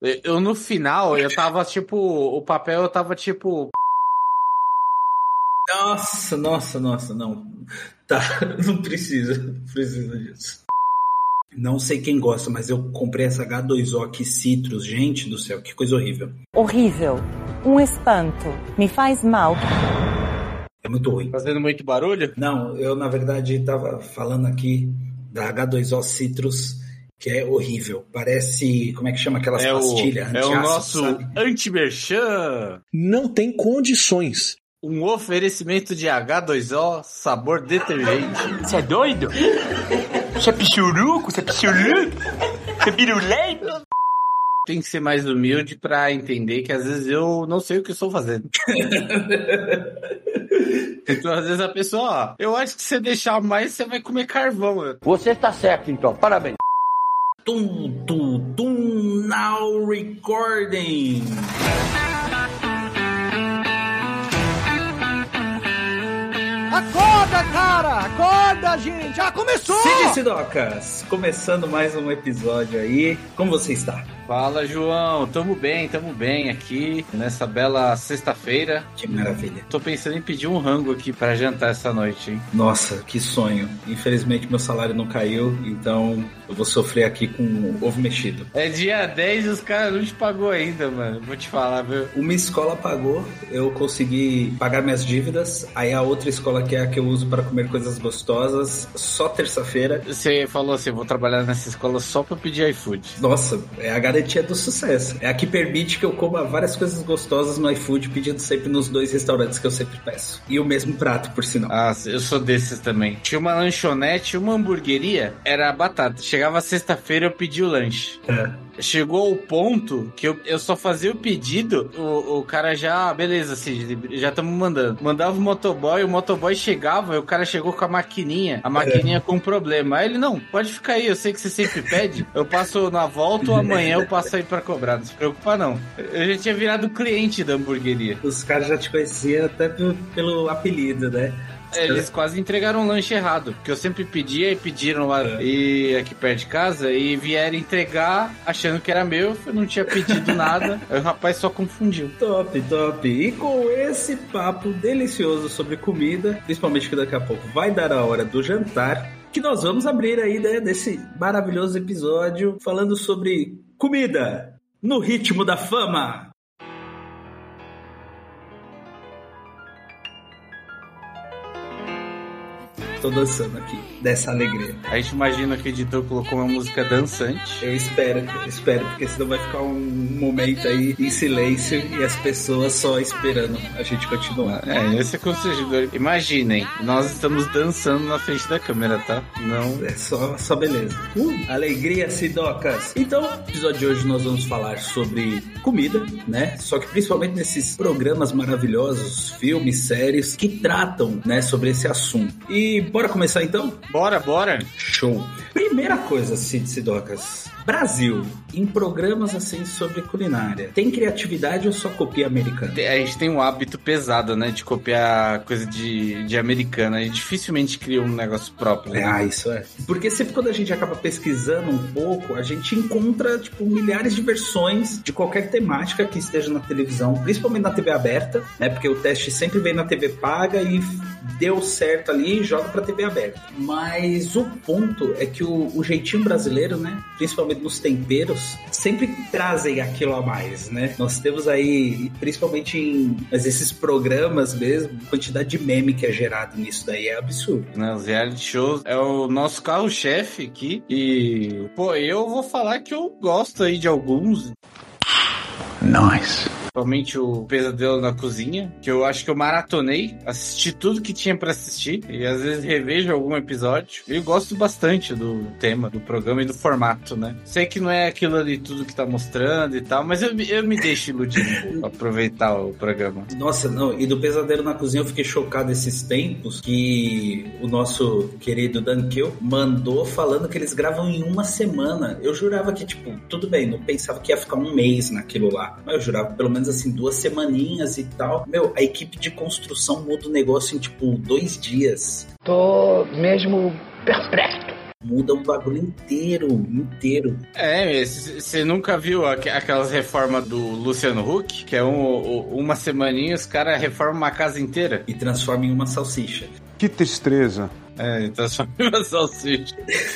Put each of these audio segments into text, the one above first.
Eu no final, eu tava tipo. O papel eu tava tipo. Nossa, não. Tá, não precisa disso. Não sei quem gosta, mas eu comprei essa H2O aqui Citrus. Gente do céu, que coisa horrível. Horrível. Um espanto. Me faz mal. É muito ruim. Fazendo muito barulho? Não, eu na verdade tava falando aqui da H2O Citrus, que é horrível. Parece, como é que chama aquelas pastilhas? É o nosso anti-merchan. Não tem condições. Um oferecimento de H2O sabor detergente. Você é doido? Você é pichuruco? Você é pichuruco? Você é pirulento? Tem que ser mais humilde pra entender que às vezes eu não sei o que estou fazendo. Então, às vezes a pessoa, ó, eu acho que se você deixar mais, você vai comer carvão. Você tá certo, então. Parabéns. Now recording. Acorda, cara! Acorda, gente! Já começou! Cid Sidocas, começando mais um episódio aí. Como você está? Fala, João. Tamo bem aqui nessa bela sexta-feira. Que maravilha. Tô pensando em pedir um rango aqui pra jantar essa noite, hein? Nossa, que sonho. Infelizmente meu salário não caiu, então eu vou sofrer aqui com ovo mexido. É dia 10 e os caras não te pagou ainda, mano. Vou te falar, viu? Uma escola pagou, eu consegui pagar minhas dívidas, aí a outra escola, que é a que eu uso para comer coisas gostosas, só terça-feira. Você falou assim, vou trabalhar nessa escola só pra pedir iFood. Nossa, é a garantia do sucesso. É a que permite que eu coma várias coisas gostosas no iFood, pedindo sempre nos 2 restaurantes que eu sempre peço. E o mesmo prato, por sinal. Ah, eu sou desses também. Tinha uma lanchonete, uma hamburgueria, era batata. Chegava sexta-feira, eu pedi o lanche. Chegou ao ponto que eu só fazia o pedido, o cara já, beleza, Cid, já estamos mandando. Mandava o motoboy chegava, e o cara chegou com a maquininha com problema. Aí ele, não, pode ficar aí, eu sei que você sempre pede, eu passo na volta ou amanhã eu passo aí pra cobrar, não se preocupa não. Eu já tinha virado cliente da hamburgueria. Os caras já te conheciam até pelo apelido, né? Eles quase entregaram um lanche errado, porque eu sempre pedia e pediram lá e aqui perto de casa e vieram entregar achando que era meu, eu não tinha pedido nada, aí o rapaz só confundiu. Top. E com esse papo delicioso sobre comida, principalmente que daqui a pouco vai dar a hora do jantar, que nós vamos abrir aí, né, desse maravilhoso episódio falando sobre comida no ritmo da fama. Tô dançando aqui, dessa alegria. A gente imagina que o editor colocou uma música dançante. Eu espero, porque senão vai ficar um momento aí em silêncio e as pessoas só esperando a gente continuar. Esse é constrangedor. Imaginem, nós estamos dançando na frente da câmera, tá? Não. É só beleza. Alegria, Sidocas. Então, no episódio de hoje nós vamos falar sobre comida, né? Só que principalmente nesses programas maravilhosos, filmes, séries, que tratam, né, sobre esse assunto. E bora começar então? Bora. Show. Primeira coisa, Cid Sidocas. Brasil, em programas assim sobre culinária, tem criatividade ou só copia americana? A gente tem um hábito pesado, né, de copiar coisa de americana. A gente dificilmente cria um negócio próprio. Né? Isso é. Porque sempre quando a gente acaba pesquisando um pouco, a gente encontra, tipo, milhares de versões de qualquer temática que esteja na televisão, principalmente na TV aberta, né, porque o teste sempre vem na TV paga e deu certo ali e joga pra TV aberta. Mas o ponto é que o jeitinho brasileiro, né, principalmente nos temperos, sempre trazem aquilo a mais, né? Nós temos aí, principalmente mas esses programas mesmo, a quantidade de meme que é gerado nisso daí é absurdo. Os reality shows é o nosso carro-chefe aqui e, pô, eu vou falar que eu gosto aí de alguns. Nice. Principalmente o Pesadelo na Cozinha, que eu acho que eu maratonei, assisti tudo que tinha pra assistir e às vezes revejo algum episódio. Eu gosto bastante do tema, do programa e do formato, né? Sei que não é aquilo ali tudo que tá mostrando e tal, mas eu me deixo iludir pra aproveitar o programa. Nossa, não, e do Pesadelo na Cozinha eu fiquei chocado esses tempos que o nosso querido Dan Kill mandou falando que eles gravam em uma semana. Eu jurava que, tipo, tudo bem, não pensava que ia ficar um mês naquilo lá, mas eu jurava pelo menos assim 2 semaninhas e tal. Meu, a equipe de construção muda o negócio em tipo 2 dias. Tô mesmo perplexo. Muda o bagulho inteiro. Você nunca viu aquelas reformas do Luciano Huck? Que é uma semaninha os caras reformam uma casa inteira. E transformam em uma salsicha. Que tristeza. Transforma em uma salsicha.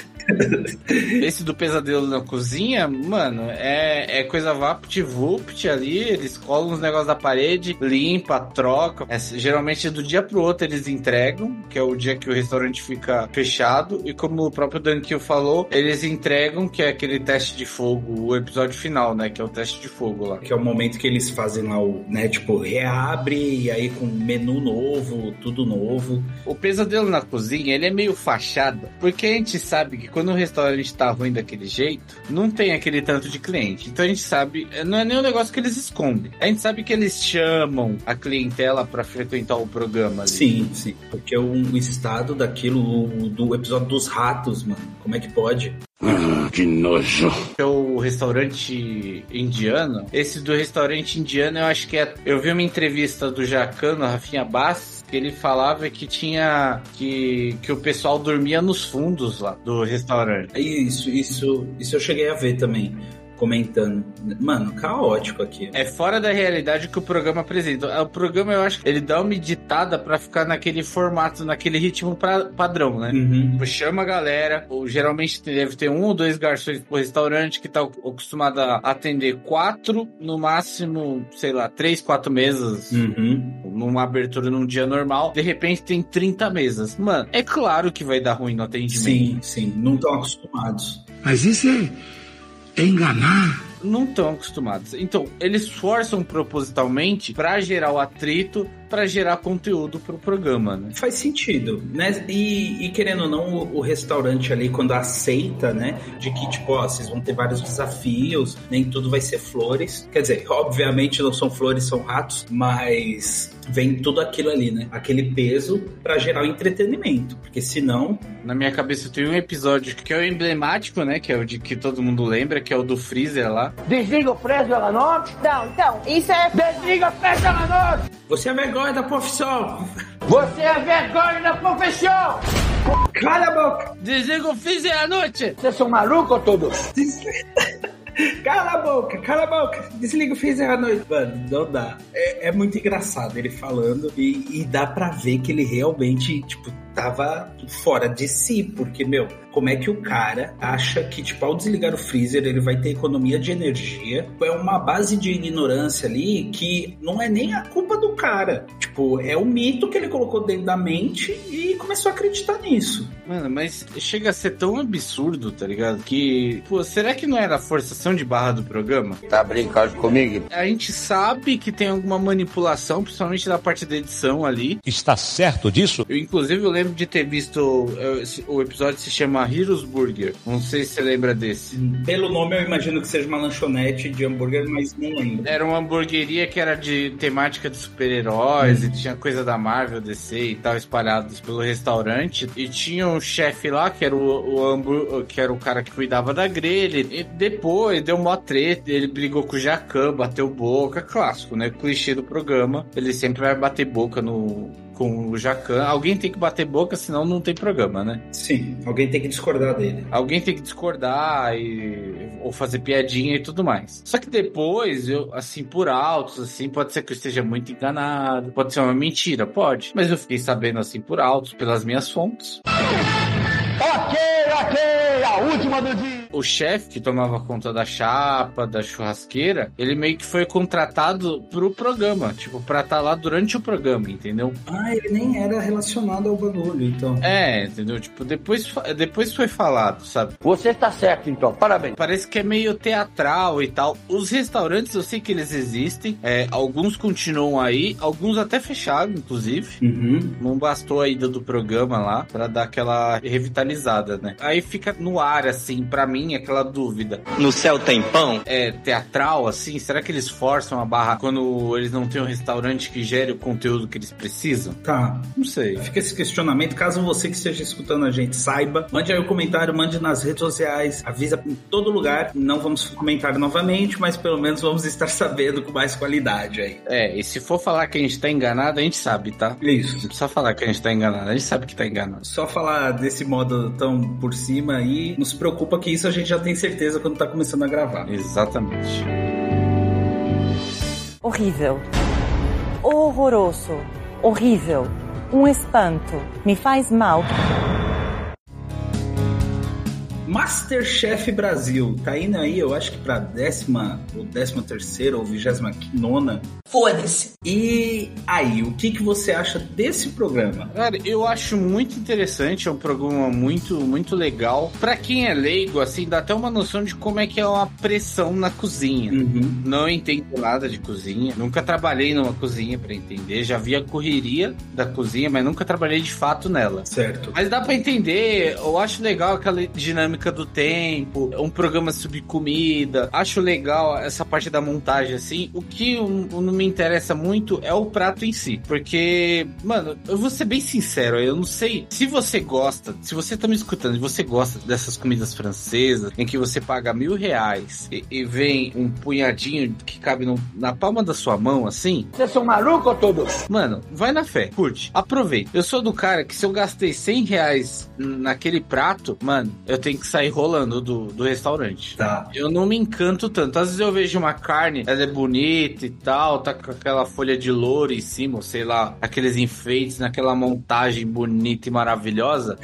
Esse do Pesadelo na Cozinha, mano, é coisa vapt-vupt ali, eles colam os negócios da parede, limpa, troca. Geralmente do dia pro outro eles entregam, que é o dia que o restaurante fica fechado, e como o próprio Dankio falou, eles entregam, que é aquele teste de fogo, o episódio final, né, que é o teste de fogo lá. Que é o momento que eles fazem lá o, né, tipo, reabre, e aí com menu novo, tudo novo. O Pesadelo na Cozinha, ele é meio fachada, porque a gente sabe que quando o restaurante tá ruim daquele jeito, não tem aquele tanto de cliente. Então a gente sabe, não é nem um negócio que eles escondem. A gente sabe que eles chamam a clientela pra frequentar o programa ali. Sim. Porque o estado daquilo, do episódio dos ratos, mano, como é que pode? Que nojo. É o restaurante indiano. Esse do restaurante indiano, eu acho que eu vi uma entrevista do Jacano, Rafinha Bass, que ele falava que tinha que o pessoal dormia nos fundos lá do restaurante. Isso eu cheguei a ver também, comentando. Mano, caótico aqui. É fora da realidade que o programa apresenta. O programa, eu acho que ele dá uma editada pra ficar naquele formato, naquele ritmo padrão, né? Uhum. Chama a galera, ou geralmente deve ter 1 ou 2 garçons pro restaurante que tá acostumado a atender 4, no máximo, sei lá, 3, 4 mesas. Uhum. Numa abertura num dia normal, de repente tem 30 mesas. Mano, é claro que vai dar ruim no atendimento. Sim, não estão acostumados. Mas isso é enganar. Não estão acostumados. Então, eles forçam propositalmente pra gerar o atrito, pra gerar conteúdo pro programa, né? Faz sentido, né? E querendo ou não, o restaurante ali, quando aceita, né? De que, tipo, ó, vocês vão ter vários desafios, nem tudo vai ser flores. Quer dizer, obviamente não são flores, são ratos, mas vem tudo aquilo ali, né? Aquele peso pra gerar o entretenimento, porque senão... Na minha cabeça tem um episódio que é o emblemático, né? Que é o de que todo mundo lembra, que é o do Freezer lá. Desliga o freezer à noite. Então, isso é... Desliga o freezer à noite. Você é vergonha da profissão! Você é vergonha da profissão. Cala a boca! Desliga o Freezer à noite! Vocês são malucos todos? Cala a boca! Desliga o freezer à noite. Mano, não dá. É muito engraçado ele falando e dá pra ver que ele realmente, tipo, tava fora de si, porque, meu, como é que o cara acha que, tipo, ao desligar o freezer ele vai ter economia de energia? É uma base de ignorância ali que não é nem a culpa do cara. Tipo, é o mito que ele colocou dentro da mente e começou a acreditar nisso. Mano, mas chega a ser tão absurdo, tá ligado? Que, pô, será que não era a forçação de barra do programa? Tá brincando comigo? A gente sabe que tem alguma manipulação, principalmente da parte da edição ali. Está certo disso? Eu, inclusive, eu lembro de ter visto o episódio se chama Heroes Burger. Não sei se você lembra desse. Pelo nome eu imagino que seja uma lanchonete de hambúrguer, mas não lembro. Era uma hamburgueria que era de temática de super-heróis e tinha coisa da Marvel, DC e tal espalhados pelo restaurante. E tinha um chefe lá que era que era o cara que cuidava da grelha. E depois deu uma treta, ele brigou com o Jacan, bateu boca, clássico, né? Clichê do programa. Ele sempre vai bater boca com o Jacan. Alguém tem que bater boca, senão não tem programa, né? Sim, alguém tem que discordar dele. Alguém tem que discordar ou fazer piadinha e tudo mais. Só que depois, assim, por altos, assim, pode ser que eu esteja muito enganado, pode ser uma mentira, pode. Mas eu fiquei sabendo, assim, por altos, pelas minhas fontes. Ok, a última do dia. O chefe que tomava conta da chapa, da churrasqueira, ele meio que foi contratado pro programa, tipo, pra estar lá durante o programa, entendeu? Ah, ele nem era relacionado ao bagulho, então. É, entendeu? Tipo, depois foi falado, sabe? Você está certo, então. Parabéns. Parece que é meio teatral e tal. Os restaurantes, eu sei que eles existem. Alguns continuam aí, alguns até fecharam, inclusive. Uhum. Não bastou a ida do programa lá pra dar aquela revitalizada, né? Aí fica no ar, assim, pra mim mim aquela dúvida. No céu tem pão? É teatral, assim? Será que eles forçam a barra quando eles não têm um restaurante que gere o conteúdo que eles precisam? Tá. Não sei. Fica esse questionamento. Caso você que esteja escutando a gente saiba, mande aí o comentário, mande nas redes sociais, avisa em todo lugar. Não vamos comentar novamente, mas pelo menos vamos estar sabendo com mais qualidade aí. E se for falar que a gente tá enganado, a gente sabe, tá? Isso. Não precisa falar que a gente tá enganado, a gente sabe que tá enganado. Só falar desse modo tão por cima aí, não se preocupa que isso a gente já tem certeza quando tá começando a gravar. Exatamente. Horrível. Horroroso. Horrível. Um espanto. Me faz mal. Masterchef Brasil, tá indo aí, eu acho que pra 10ª ou 13ª ou 29ª. Foda-se. E aí, o que você acha desse programa? Cara, eu acho muito interessante, é um programa muito, muito legal. Pra quem é leigo, assim, dá até uma noção de como é que é uma pressão na cozinha. Uhum. Não entendo nada de cozinha, nunca trabalhei numa cozinha pra entender, já vi a correria da cozinha, mas nunca trabalhei de fato nela. Certo. Mas dá pra entender, eu acho legal aquela dinâmica do tempo, um programa sobre comida, acho legal essa parte da montagem, assim. O que não me interessa muito é o prato em si, porque, mano, eu vou ser bem sincero, eu não sei se você gosta, se você tá me escutando e você gosta dessas comidas francesas, em que você paga R$1.000 e vem um punhadinho que cabe na palma da sua mão, assim. Vocês são malucos ou todos? Mano, vai na fé, curte, aproveita. Eu sou do cara que se eu gastei R$100 naquele prato, mano, eu tenho que sair rolando do restaurante. Tá. Eu não me encanto tanto. Às vezes eu vejo uma carne, ela é bonita e tal, tá com aquela folha de louro em cima, ou sei lá, aqueles enfeites naquela montagem bonita e maravilhosa.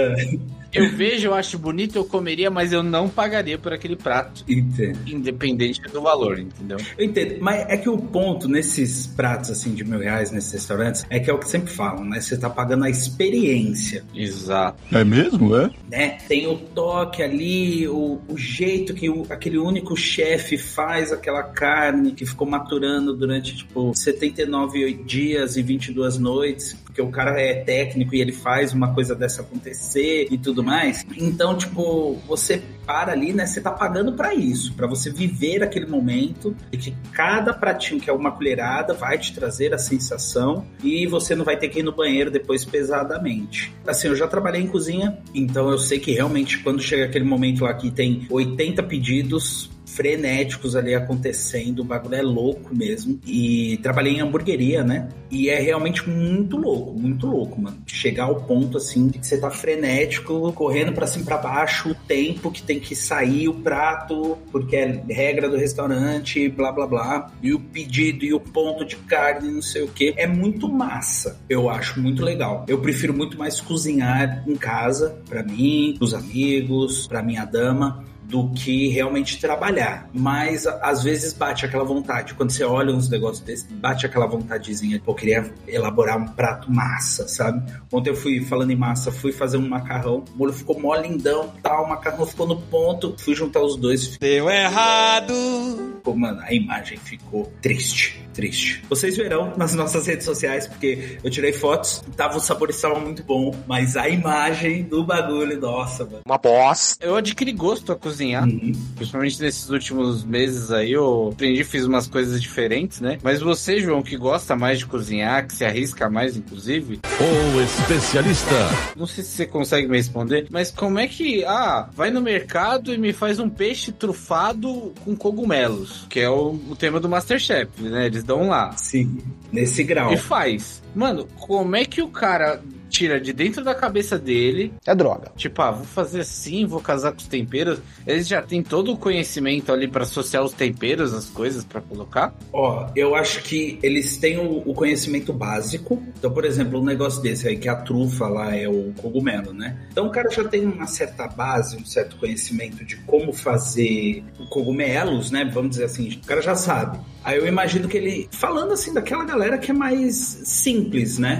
Eu vejo, eu acho bonito, eu comeria, mas eu não pagaria por aquele prato. Entendo. Independente do valor, entendeu? Eu entendo, mas é que o ponto nesses pratos, assim, de R$1.000 nesses restaurantes, é que é o que sempre falam, né? Você tá pagando a experiência. Exato. É mesmo, é? Né? Tem o toque ali, o jeito que aquele único chefe faz aquela carne que ficou maturando durante, tipo, 79 dias e 22 noites, porque o cara é técnico e ele faz uma coisa dessa acontecer e tudo mais. Então, tipo, você para ali, né? Você tá pagando pra isso, pra você viver aquele momento e que cada pratinho que é uma colherada vai te trazer a sensação e você não vai ter que ir no banheiro depois pesadamente. Assim, eu já trabalhei em cozinha, então eu sei que realmente quando chega aquele momento lá que tem 80 pedidos frenéticos ali acontecendo, o bagulho é louco mesmo. E trabalhei em hamburgueria, né? E é realmente muito louco, mano. Chegar ao ponto, assim, de que você tá frenético, correndo pra cima e pra baixo, o tempo que tem que sair o prato, porque é regra do restaurante, blá, blá, blá. E o pedido e o ponto de carne, não sei o quê. É muito massa. Eu acho muito legal. Eu prefiro muito mais cozinhar em casa, pra mim, pros amigos, pra minha dama, do que realmente trabalhar. Mas às vezes bate aquela vontade. Quando você olha uns negócios desses, bate aquela vontadezinha. Pô, eu queria elaborar um prato massa, sabe? Ontem eu fui, falando em massa, fui fazer um macarrão. O molho ficou mó lindão, tal. O macarrão ficou no ponto. Fui juntar os dois. Deu errado. Pô, mano, a imagem ficou triste. Vocês verão nas nossas redes sociais, porque eu tirei fotos, o sabor estava muito bom, mas a imagem do bagulho, nossa, mano. Uma bosta. Eu adquiri gosto a cozinhar, principalmente nesses últimos meses aí, eu aprendi, fiz umas coisas diferentes, né? Mas você, João, que gosta mais de cozinhar, que se arrisca mais, inclusive... O especialista. Não sei se você consegue me responder, mas como é que... vai no mercado e me faz um peixe trufado com cogumelos, que é o tema do Masterchef, né? Eles dão lá. Sim, nesse grau. E faz. Mano, como é que o cara tira de dentro da cabeça dele... É droga. Tipo, vou fazer assim, vou casar com os temperos. Eles já têm todo o conhecimento ali pra associar os temperos, as coisas pra colocar? Ó, eu acho que eles têm o conhecimento básico. Então, por exemplo, um negócio desse aí, que a trufa lá é o cogumelo, né? Então o cara já tem uma certa base, um certo conhecimento de como fazer cogumelos, né? Vamos dizer assim, o cara já sabe. Aí eu imagino que ele, falando assim daquela galera que é mais simples, né?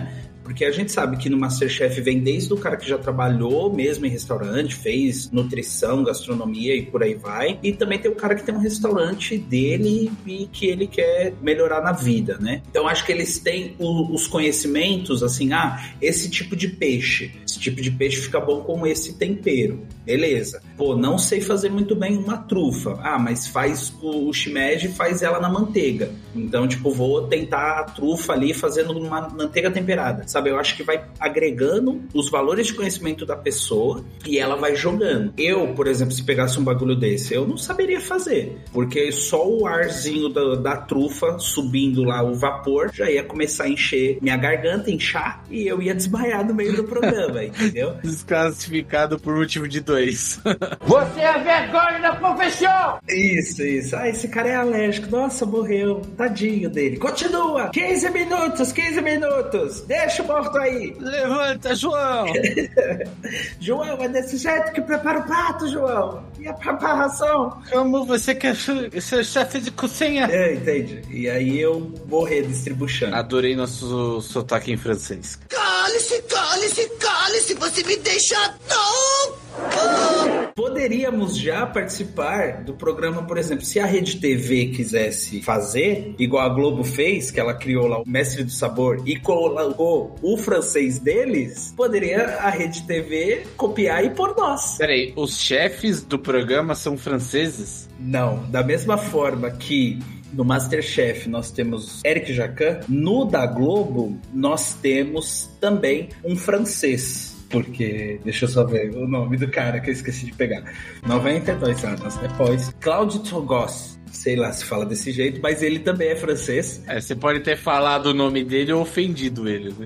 Porque a gente sabe que no MasterChef vem desde o cara que já trabalhou mesmo em restaurante, fez nutrição, gastronomia e por aí vai. E também tem o cara que tem um restaurante dele e que ele quer melhorar na vida, né? Então acho que eles têm os conhecimentos, assim, esse tipo de peixe fica bom com esse tempero. Beleza. Pô, não sei fazer muito bem uma trufa. Mas faz o shimeji, faz ela na manteiga. Então, tipo, vou tentar a trufa ali fazendo uma manteiga temperada, sabe? Eu acho que vai agregando os valores de conhecimento da pessoa e ela vai jogando. Eu, por exemplo, se pegasse um bagulho desse, eu não saberia fazer, porque só o arzinho da trufa subindo lá, o vapor, já ia começar a encher minha garganta, inchar, e eu ia desmaiar no meio do programa, entendeu? Desclassificado por motivo de 2. Você é vergonha da profissão! Isso. Esse cara é alérgico. Nossa, morreu. Tadinho dele. Continua. 15 minutos. Deixa o morto aí. Levanta, João. João, é desse jeito que prepara o prato, João. E a preparação? Como você quer ser chefe de cozinha? Entendi. E aí eu morri distribuindo. Adorei nosso sotaque em francês. Cale-se, você me deixa louco! Poderíamos já participar do programa, por exemplo, se a Rede TV quisesse fazer, igual a Globo fez, que ela criou lá o Mestre do Sabor e colocou o francês deles, poderia a Rede TV copiar e pôr nós. Peraí, os chefes do programa são franceses? Não, da mesma forma que no MasterChef nós temos Eric Jacquin, no da Globo nós temos também um francês. Porque, deixa eu só ver o nome do cara que eu esqueci de pegar. 92 anos depois. Claude Togos. Sei lá se fala desse jeito, mas ele também é francês. Você pode ter falado o nome dele ou ofendido ele, né?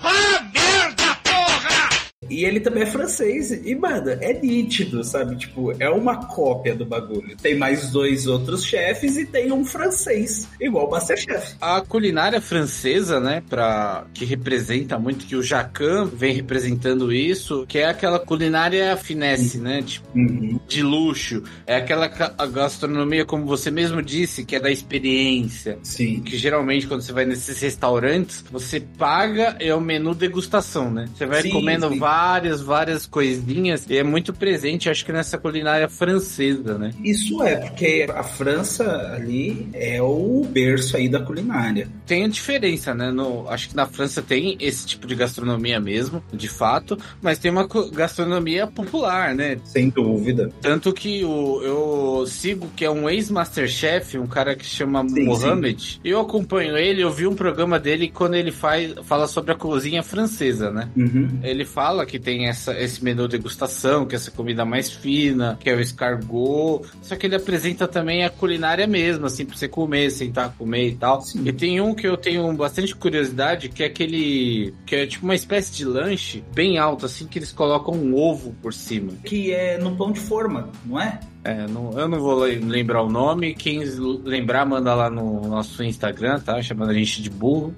Merda, porra! E ele também é francês. E, mano, é nítido, sabe? Tipo, é uma cópia do bagulho. Tem mais 2 outros chefes e tem um francês, igual o MasterChef. A culinária francesa, né, que representa muito, que o Jacquin vem representando isso, que é aquela culinária finesse, né? Tipo, de luxo. É aquela gastronomia, como você mesmo disse, que é da experiência. Sim. Que geralmente, quando você vai nesses restaurantes, você paga, é o menu degustação, né? Você vai comendo várias coisinhas e é muito presente, acho que nessa culinária francesa, né? Isso porque a França ali é o berço aí da culinária. Tem a diferença, né? Acho que na França tem esse tipo de gastronomia mesmo, de fato, mas tem uma gastronomia popular, né? Sem dúvida. Tanto que eu sigo, que é um ex-Masterchef, um cara que se chama Mohamed, e eu acompanho ele, eu vi um programa dele quando ele fala sobre a cozinha francesa, né? Ele fala que tem esse menu degustação, que é essa comida mais fina, que é o escargot, só que ele apresenta também a culinária mesmo, assim, pra você comer, sentar, comer e tal. Sim. E tem um que eu tenho bastante curiosidade, que é aquele, que é tipo uma espécie de lanche bem alto, assim, que eles colocam um ovo por cima. Que é no pão de forma, não é? Eu não vou lembrar o nome. Quem lembrar, manda lá no nosso Instagram, tá? Chamando a gente de burro.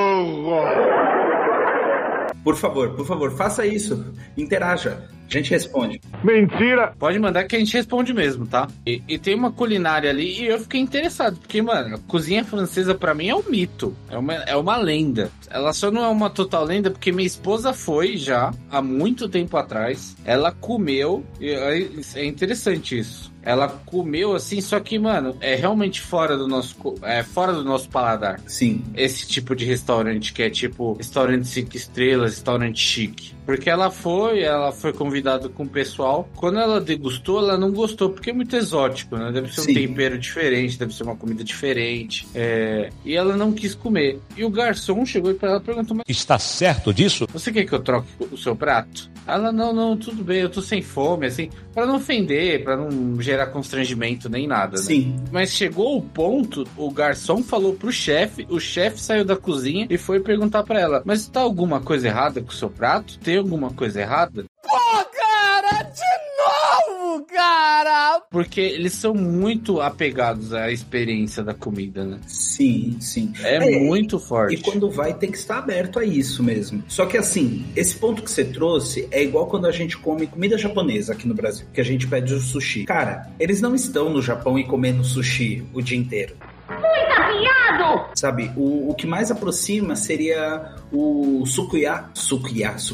Por favor, faça isso. Interaja. A gente responde. Mentira! Pode mandar que a gente responde mesmo, tá? E tem uma culinária ali e eu fiquei interessado, porque, mano, a cozinha francesa pra mim é um mito. É uma lenda. Ela só não é uma total lenda porque minha esposa foi já há muito tempo atrás. Ela comeu, e é interessante isso. Ela comeu assim, só que, mano, é realmente fora do nosso paladar. Sim. Esse tipo de restaurante que é tipo restaurante 5 estrelas, restaurante chique. Porque ela foi convidada com o pessoal. Quando ela degustou, ela não gostou, porque é muito exótico, né? Deve ser um tempero diferente, deve ser uma comida diferente. E ela não quis comer. E o garçom chegou pra ela e perguntou: mas está certo disso? você quer que eu troque o seu prato? Ela, não, tudo bem, eu tô sem fome, assim, pra não ofender, pra não gerar constrangimento nem nada, né? Sim. Mas chegou o ponto, o garçom falou pro chefe, o chefe saiu da cozinha e foi perguntar pra ela: mas tá alguma coisa errada com o seu prato? Tem alguma coisa errada? Pô, cara, de novo, cara! Porque eles são muito apegados à experiência da comida, né? Sim. É muito forte. E quando vai, tem que estar aberto a isso mesmo. Só que assim, esse ponto que você trouxe é igual quando a gente come comida japonesa aqui no Brasil, que a gente pede o sushi. Cara, eles não estão no Japão e comendo sushi o dia inteiro. Muito afiado! Sabe, o que mais aproxima seria o sukiyaki,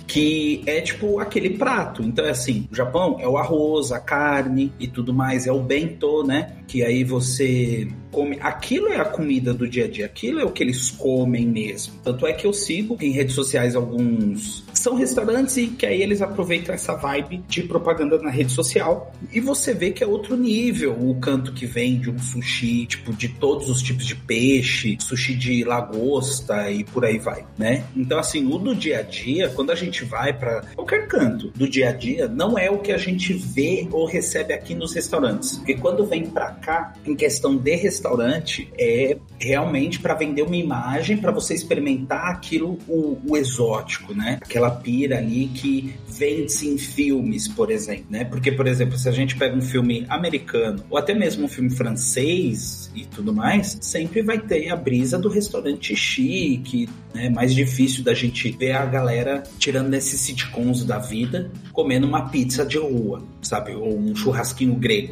que é tipo aquele prato. Então é assim, o Japão é o arroz, a carne e tudo mais, é o bento, né? Que aí você come. Aquilo é a comida do dia a dia, aquilo é o que eles comem mesmo. Tanto é que eu sigo em redes sociais alguns... São restaurantes e que aí eles aproveitam essa vibe de propaganda na rede social. E você vê que é outro nível o canto que vende um sushi, tipo, de todos os tipos de peixe, sushi de lagosta e por aí vai, né? Então, assim, o do dia a dia, quando a gente vai pra qualquer canto do dia a dia, não é o que a gente vê ou recebe aqui nos restaurantes. Porque quando vem pra cá, em questão de restaurante, é realmente pra vender uma imagem, pra você experimentar aquilo, o exótico, né? Aquela pira ali que vende-se em filmes, por exemplo, né? Porque, por exemplo, se a gente pega um filme americano ou até mesmo um filme francês e tudo mais, sempre vai ter a brisa do restaurante chique, né? Mais difícil da gente ver a galera tirando nesses sitcoms da vida, comendo uma pizza de rua, sabe? Ou um churrasquinho grego.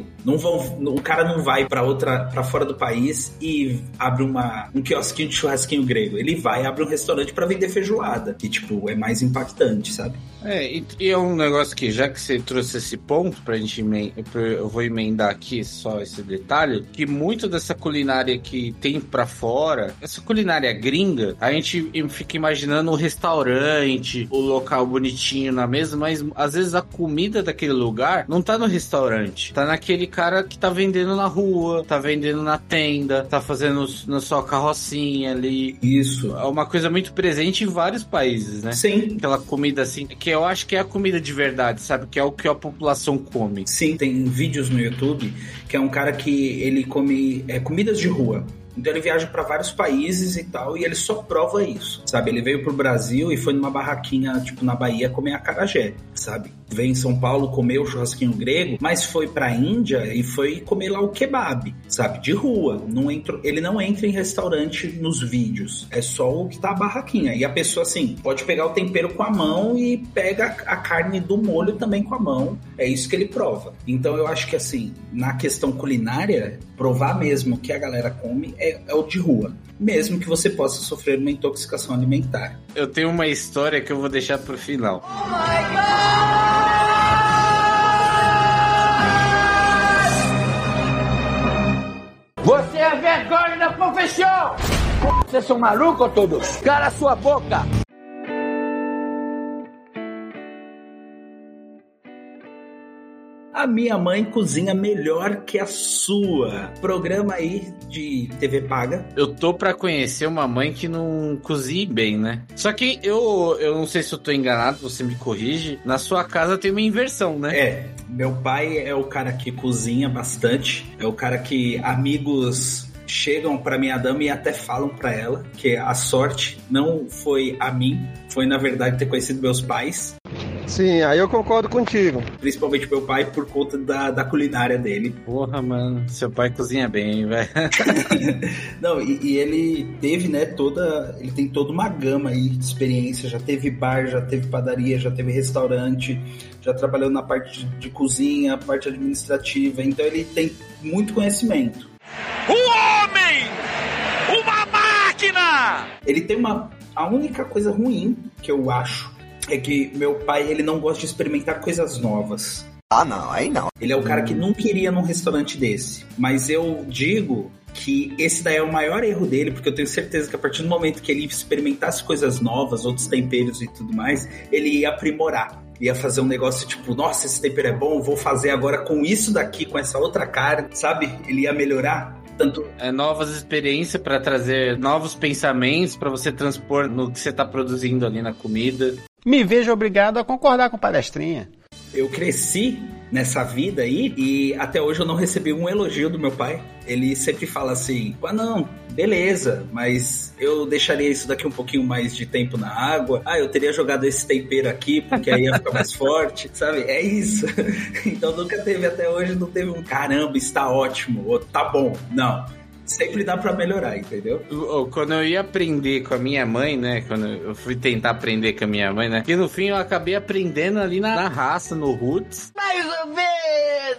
O cara não vai pra fora do país e abre um quiosquinho de churrasquinho grego. Ele vai e abre um restaurante pra vender feijoada, que, tipo, é mais impactante, sabe? E é um negócio que, já que você trouxe esse ponto pra gente eu vou emendar aqui só esse detalhe, que muito dessa culinária que tem pra fora, essa culinária gringa, a gente fica imaginando o restaurante, o local bonitinho na mesa, mas às vezes a comida daquele lugar não tá no restaurante, tá naquele cara que tá vendendo na rua, tá vendendo na tenda, tá fazendo na sua carrocinha ali. Isso. É uma coisa muito presente em vários países, né? Sim. Aquela comida assim, que eu acho que é a comida de verdade, sabe? Que é o que a população come. Sim, tem vídeos no YouTube que é um cara que ele come comidas de rua. Então ele viaja para vários países e tal, e ele só prova isso, sabe? Ele veio pro Brasil e foi numa barraquinha, tipo, na Bahia, comer acarajé, sabe? Veio em São Paulo, comeu o churrasquinho grego, mas foi pra Índia e foi comer lá o kebab, sabe? De rua. Ele não entra em restaurante nos vídeos. É só o que tá a barraquinha. E a pessoa, assim, pode pegar o tempero com a mão e pega a carne do molho também com a mão. É isso que ele prova. Então eu acho que, assim, na questão culinária, provar mesmo que a galera come é o de rua, mesmo que você possa sofrer uma intoxicação alimentar. Eu tenho uma história que eu vou deixar pro final. Oh my God! Você é a vergonha da profissão! Vocês são malucos todos? Cala sua boca! A minha mãe cozinha melhor que a sua. Programa aí de TV paga. Eu tô pra conhecer uma mãe que não cozinha bem, né? Só que eu não sei se eu tô enganado, você me corrige. Na sua casa tem uma inversão, né? Meu pai é o cara que cozinha bastante. É o cara que amigos chegam pra minha dama e até falam pra ela que a sorte não foi a mim, foi na verdade ter conhecido meus pais. Sim, aí eu concordo contigo. Principalmente meu pai por conta da culinária dele. Porra, mano, seu pai cozinha bem, velho. Não, e ele teve, né, ele tem toda uma gama aí de experiência. Já teve bar, já teve padaria, já teve restaurante, já trabalhou na parte de cozinha, parte administrativa. Então ele tem muito conhecimento. Um homem! Uma máquina! Ele tem a única coisa ruim que eu acho é que meu pai, ele não gosta de experimentar coisas novas. Ah, não, aí não. Ele é o cara que nunca iria num restaurante desse. Mas eu digo que esse daí é o maior erro dele, porque eu tenho certeza que a partir do momento que ele experimentasse coisas novas, outros temperos e tudo mais, ele ia aprimorar. Ia fazer um negócio tipo, nossa, esse tempero é bom, vou fazer agora com isso daqui, com essa outra carne, sabe? Ele ia melhorar. Novas experiências para trazer novos pensamentos para você transpor no que você tá produzindo ali na comida. Me vejo obrigado a concordar com palestrinha. Eu cresci nessa vida aí e até hoje eu não recebi um elogio do meu pai. Ele sempre fala assim, não, beleza, mas eu deixaria isso daqui um pouquinho mais de tempo na água. Eu teria jogado esse tempero aqui porque aí ia ficar mais forte, sabe? É isso. Então nunca teve, até hoje não teve um caramba, está ótimo, ou tá bom. Não. Sempre dá pra melhorar, entendeu? Quando eu ia aprender com a minha mãe, né? Quando eu fui tentar aprender com a minha mãe, né? Que no fim eu acabei aprendendo ali na raça, no roots. Mais ou menos!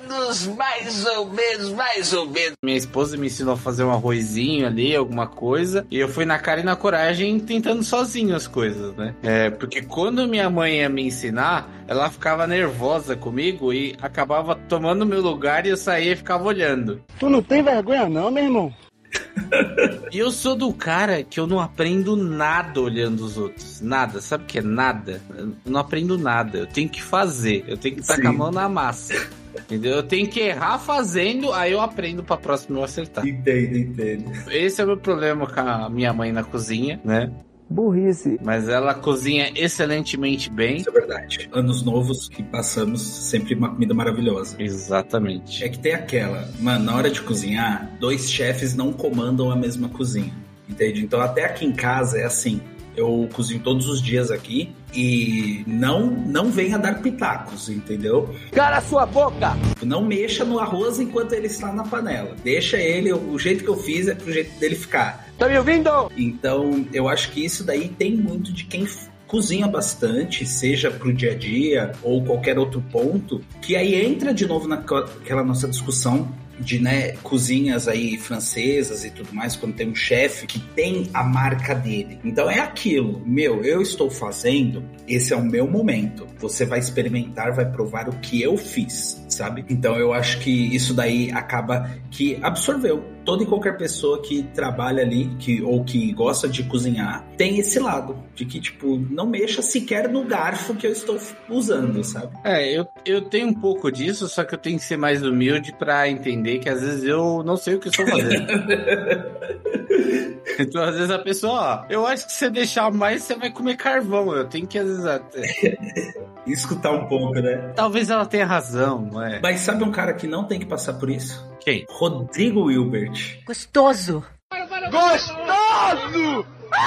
mais ou menos. Minha esposa me ensinou a fazer um arrozinho ali, alguma coisa, e eu fui na cara e na coragem tentando sozinho as coisas, né? Porque quando minha mãe ia me ensinar, ela ficava nervosa comigo e acabava tomando meu lugar e eu saía e ficava olhando. Tu não tem vergonha não, meu irmão? E eu sou do cara que eu não aprendo nada olhando os outros. Nada, sabe o que é nada? Eu não aprendo nada, eu tenho que fazer, eu tenho que estar com a mão na massa. Entendeu? Eu tenho que errar fazendo, aí eu aprendo pra próxima eu acertar. Entendo. Esse é o meu problema com a minha mãe na cozinha, né? Burrice. Mas ela cozinha excelentemente bem. Isso é verdade. Anos novos que passamos, sempre uma comida maravilhosa. Exatamente. É que tem aquela, mano, na hora de cozinhar, 2 chefes não comandam a mesma cozinha, entende? Então até aqui em casa é assim, eu cozinho todos os dias aqui e não venha dar pitacos, entendeu? Cala sua boca! Não mexa no arroz enquanto ele está na panela. Deixa ele, o jeito que eu fiz é pro jeito dele ficar. Tá me ouvindo? Então, eu acho que isso daí tem muito de quem cozinha bastante, seja pro dia a dia ou qualquer outro ponto, que aí entra de novo naquela nossa discussão de, né, cozinhas aí francesas e tudo mais, quando tem um chefe que tem a marca dele. Então é aquilo, eu estou fazendo, esse é o meu momento. Você vai experimentar, vai provar o que eu fiz, sabe? Então eu acho que isso daí acaba que absorveu. Toda e qualquer pessoa que trabalha ali, ou que gosta de cozinhar, tem esse lado, de que, tipo, não mexa sequer no garfo que eu estou usando, sabe? Eu tenho um pouco disso, só que eu tenho que ser mais humilde pra entender que às vezes eu não sei o que estou fazendo. Então, às vezes a pessoa, eu acho que se você deixar mais, você vai comer carvão. Eu tenho que, às vezes, escutar um pouco, né? Talvez ela tenha razão, não é? Mas sabe um cara que não tem que passar por isso? Quem? Rodrigo Hilbert. Gostoso. Gostoso!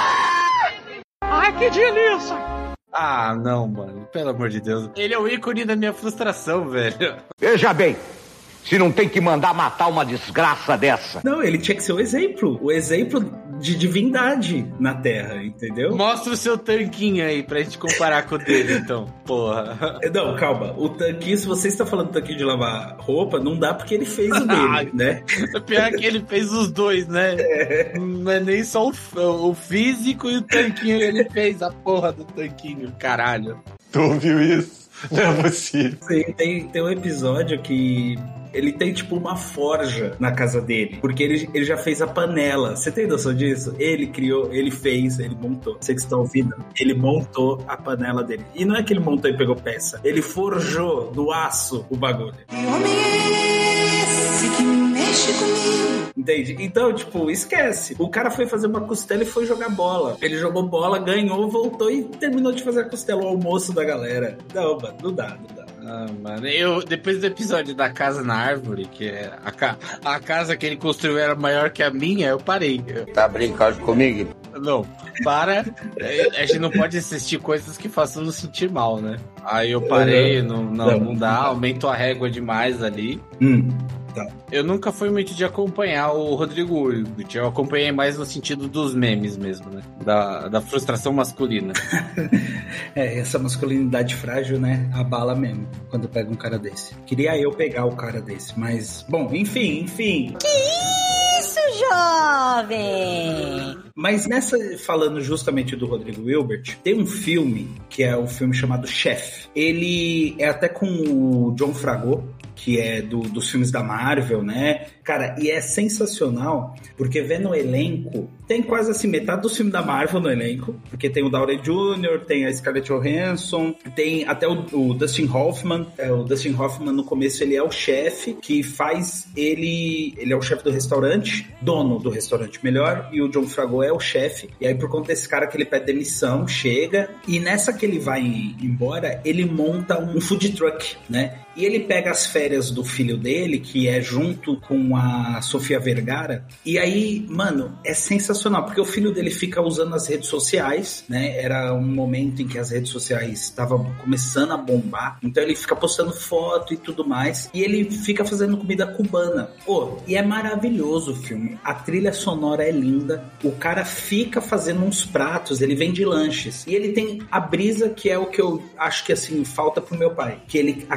Ai, que delícia! Ah, não, mano. Pelo amor de Deus. Ele é o ícone da minha frustração, velho. Veja bem, se não tem que mandar matar uma desgraça dessa. Não, ele tinha que ser o exemplo de divindade na Terra, entendeu? Mostra o seu tanquinho aí pra gente comparar com o dele, então. Porra. Não, calma. O tanquinho, se você está falando do tanquinho de lavar roupa, não dá porque ele fez o dele, né? O pior é que ele fez os dois, né? Não é nem só o físico e o tanquinho, ele fez a porra do tanquinho, caralho. Tu ouviu isso? Não é possível. Sim, tem um episódio que ele tem tipo uma forja na casa dele, porque ele já fez a panela. Você tem noção disso? Ele criou, ele fez, ele montou. Você que está ouvindo, ele montou a panela dele. E não é que ele montou e pegou peça, ele forjou do aço o bagulho. Que homem é esse que mexe comigo? Entende? Então, tipo, esquece. O cara foi fazer uma costela e foi jogar bola. Ele jogou bola, ganhou, voltou e terminou de fazer a costela, o almoço da galera. Não, mano, não dá. Ah, mano, depois do episódio da casa na árvore, que é a casa que ele construiu era maior que a minha, eu parei. Tá brincando comigo? Não, para. A gente não pode assistir coisas que façam nos sentir mal, né? Aí eu parei, não dá, aumentou a régua demais ali. Tá. Eu nunca fui muito de acompanhar o Rodrigo Hilbert. Eu acompanhei mais no sentido dos memes mesmo, né? Da frustração masculina. Essa masculinidade frágil, né? Abala mesmo quando pega um cara desse. Queria eu pegar o cara desse, mas... Bom, enfim. Que isso, jovem? Mas falando justamente do Rodrigo Hilbert, tem um filme, que é um filme chamado Chef. Ele é até com o Jon Favreau, que é dos filmes da Marvel, né? Cara, e é sensacional, porque vendo o elenco, tem quase assim, metade dos filmes da Marvel no elenco, porque tem o Downey Jr., tem a Scarlett Johansson, tem até o Dustin Hoffman. O Dustin Hoffman, no começo, ele é o chefe, que faz ele é o chefe do restaurante, dono do restaurante, melhor, e o Jon Favreau é o chefe, e aí por conta desse cara que ele pede demissão, chega, e nessa que ele vai embora, ele monta um food truck, né? E ele pega as férias do filho dele, que é junto com a Sofia Vergara, e aí, mano, é sensacional, porque o filho dele fica usando as redes sociais, né? Era um momento em que as redes sociais estavam começando a bombar, então ele fica postando foto e tudo mais, e ele fica fazendo comida cubana. Pô, e é maravilhoso o filme, a trilha sonora é linda, o cara fica fazendo uns pratos, ele vende lanches, e ele tem a brisa que é o que eu acho que, assim, falta pro meu pai, que ele, a cada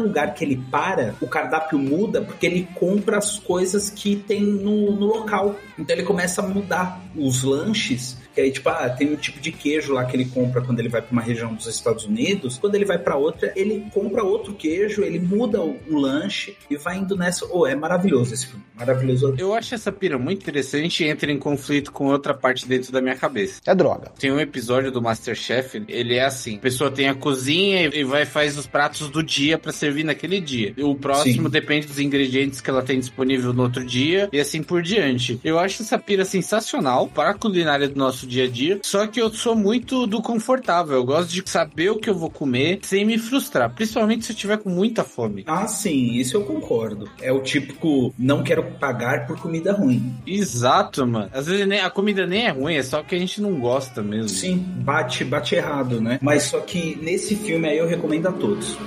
lugar que ele para, o cardápio muda porque ele compra as coisas que tem no local. Então ele começa a mudar os lanches, que aí tipo, tem um tipo de queijo lá que ele compra quando ele vai para uma região dos Estados Unidos, quando ele vai para outra, ele compra outro queijo, ele muda o lanche e vai indo nessa. É maravilhoso esse filme, maravilhoso. Eu acho essa pira muito interessante e entra em conflito com outra parte dentro da minha cabeça. É droga. Tem um episódio do MasterChef, ele é assim, a pessoa tem a cozinha e vai faz os pratos do dia pra servir naquele dia. O próximo depende dos ingredientes que ela tem disponível no outro dia e assim por diante. Eu acho essa pira sensacional para a culinária do nosso dia a dia, só que eu sou muito do confortável. Eu gosto de saber o que eu vou comer sem me frustrar, principalmente se eu tiver com muita fome. Ah, sim, isso eu concordo. É o típico não quero pagar por comida ruim. Exato, mano. Às vezes a comida nem é ruim, é só que a gente não gosta mesmo. Sim, bate errado, né? Mas só que nesse filme aí eu recomendo a todos.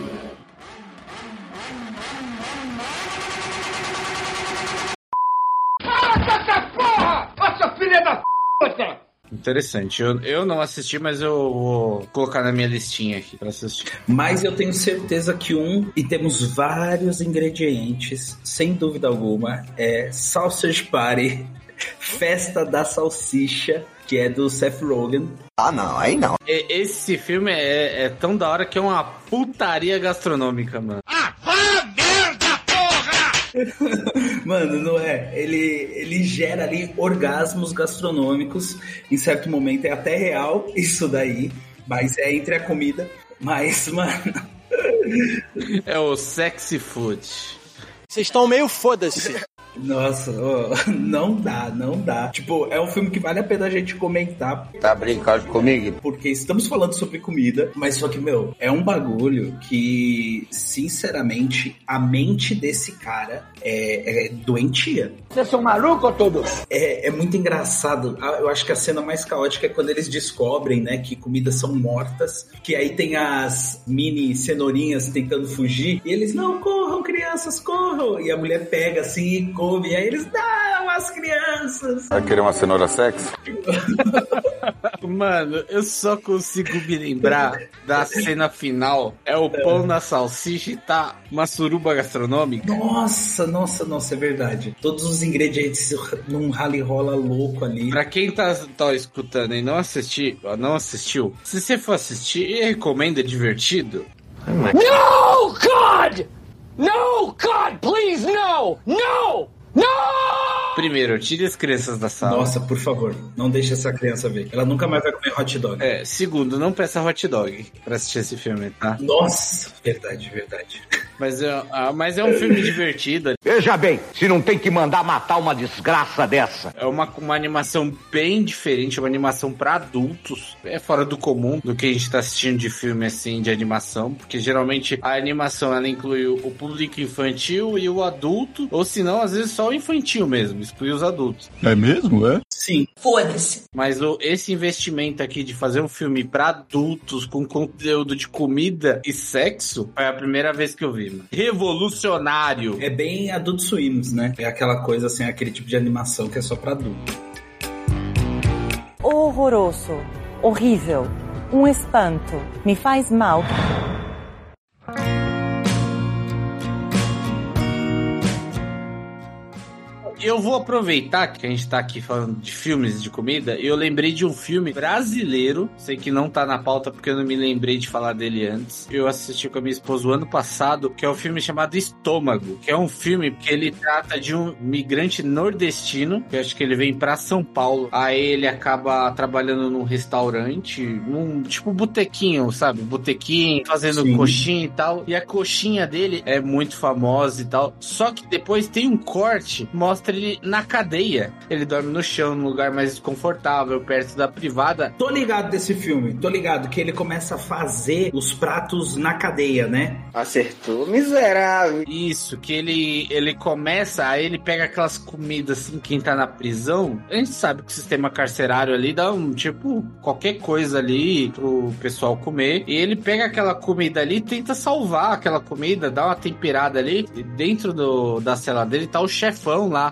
Essa porra! Essa filha da puta! Interessante. Eu não assisti, mas eu vou colocar na minha listinha aqui pra assistir. Mas eu tenho certeza que e temos vários ingredientes, sem dúvida alguma, é Sausage Party, Festa da Salsicha, que é do Seth Rogen. Ah, não, aí não. Esse filme é tão da hora que é uma putaria gastronômica, mano. Mano, não é? Ele gera ali orgasmos gastronômicos. Em certo momento é até real isso daí, mas é entre a comida. Mas, mano... É o sexy food. Vocês estão meio foda-se. Nossa, não dá. Tipo, é um filme que vale a pena a gente comentar. Tá brincando comigo? Porque estamos falando sobre comida, mas só que, é um bagulho que, sinceramente, a mente desse cara é doentia. Vocês são malucos todos? É muito engraçado. Eu acho que a cena mais caótica é quando eles descobrem, né, que comidas são mortas, que aí tem as mini cenourinhas tentando fugir, e eles, não, corram, crianças, corram! E a mulher pega assim e come, e aí eles, não, as crianças! Vai querer uma cenoura sexy? Mano, eu só consigo me lembrar da cena final. É o pão na salsicha e tá uma suruba gastronômica. Nossa, é verdade. Todos os ingredientes num rally-rola louco ali. Pra quem tá escutando e não assistiu, se você for assistir, recomendo, é divertido. No, God! No, God, please, no! No! No! Primeiro, tire as crianças da sala. Nossa, por favor, não deixe essa criança ver. Ela nunca mais vai comer hot dog. Segundo, não peça hot dog pra assistir esse filme, tá? Nossa, verdade. Mas é um filme divertido. Veja bem, se não tem que mandar matar uma desgraça dessa. É uma animação bem diferente, uma animação pra adultos. É fora do comum do que a gente tá assistindo de filme assim, de animação, porque geralmente a animação ela inclui o público infantil e o adulto, ou se não, às vezes só o infantil mesmo, exclui os adultos. É mesmo, é? Sim. Foda-se. Mas esse investimento aqui de fazer um filme pra adultos com conteúdo de comida e sexo, foi a primeira vez que eu vi. Revolucionário. É bem Adult Swim, né? É aquela coisa assim, aquele tipo de animação que é só pra adulto. Horroroso. Horrível. Um espanto. Me faz mal. Eu vou aproveitar que a gente tá aqui falando de filmes de comida e eu lembrei de um filme brasileiro, sei que não tá na pauta porque eu não me lembrei de falar dele antes. Eu assisti com a minha esposa o ano passado, que é um filme chamado Estômago, que é um filme que ele trata de um migrante nordestino, que eu acho que ele vem pra São Paulo, aí ele acaba trabalhando num restaurante, tipo botequinho, sabe? Botequinho, fazendo coxinha e tal, e a coxinha dele é muito famosa e tal, só que depois tem um corte, mostra ele na cadeia. Ele dorme no chão, num lugar mais desconfortável, perto da privada. Tô ligado desse filme, que ele começa a fazer os pratos na cadeia, né? Acertou, miserável. Isso, que ele começa, aí ele pega aquelas comidas assim, quem tá na prisão, a gente sabe que o sistema carcerário ali dá qualquer coisa ali pro pessoal comer, e ele pega aquela comida ali e tenta salvar aquela comida, dá uma temperada ali, e dentro da cela dele tá o chefão lá,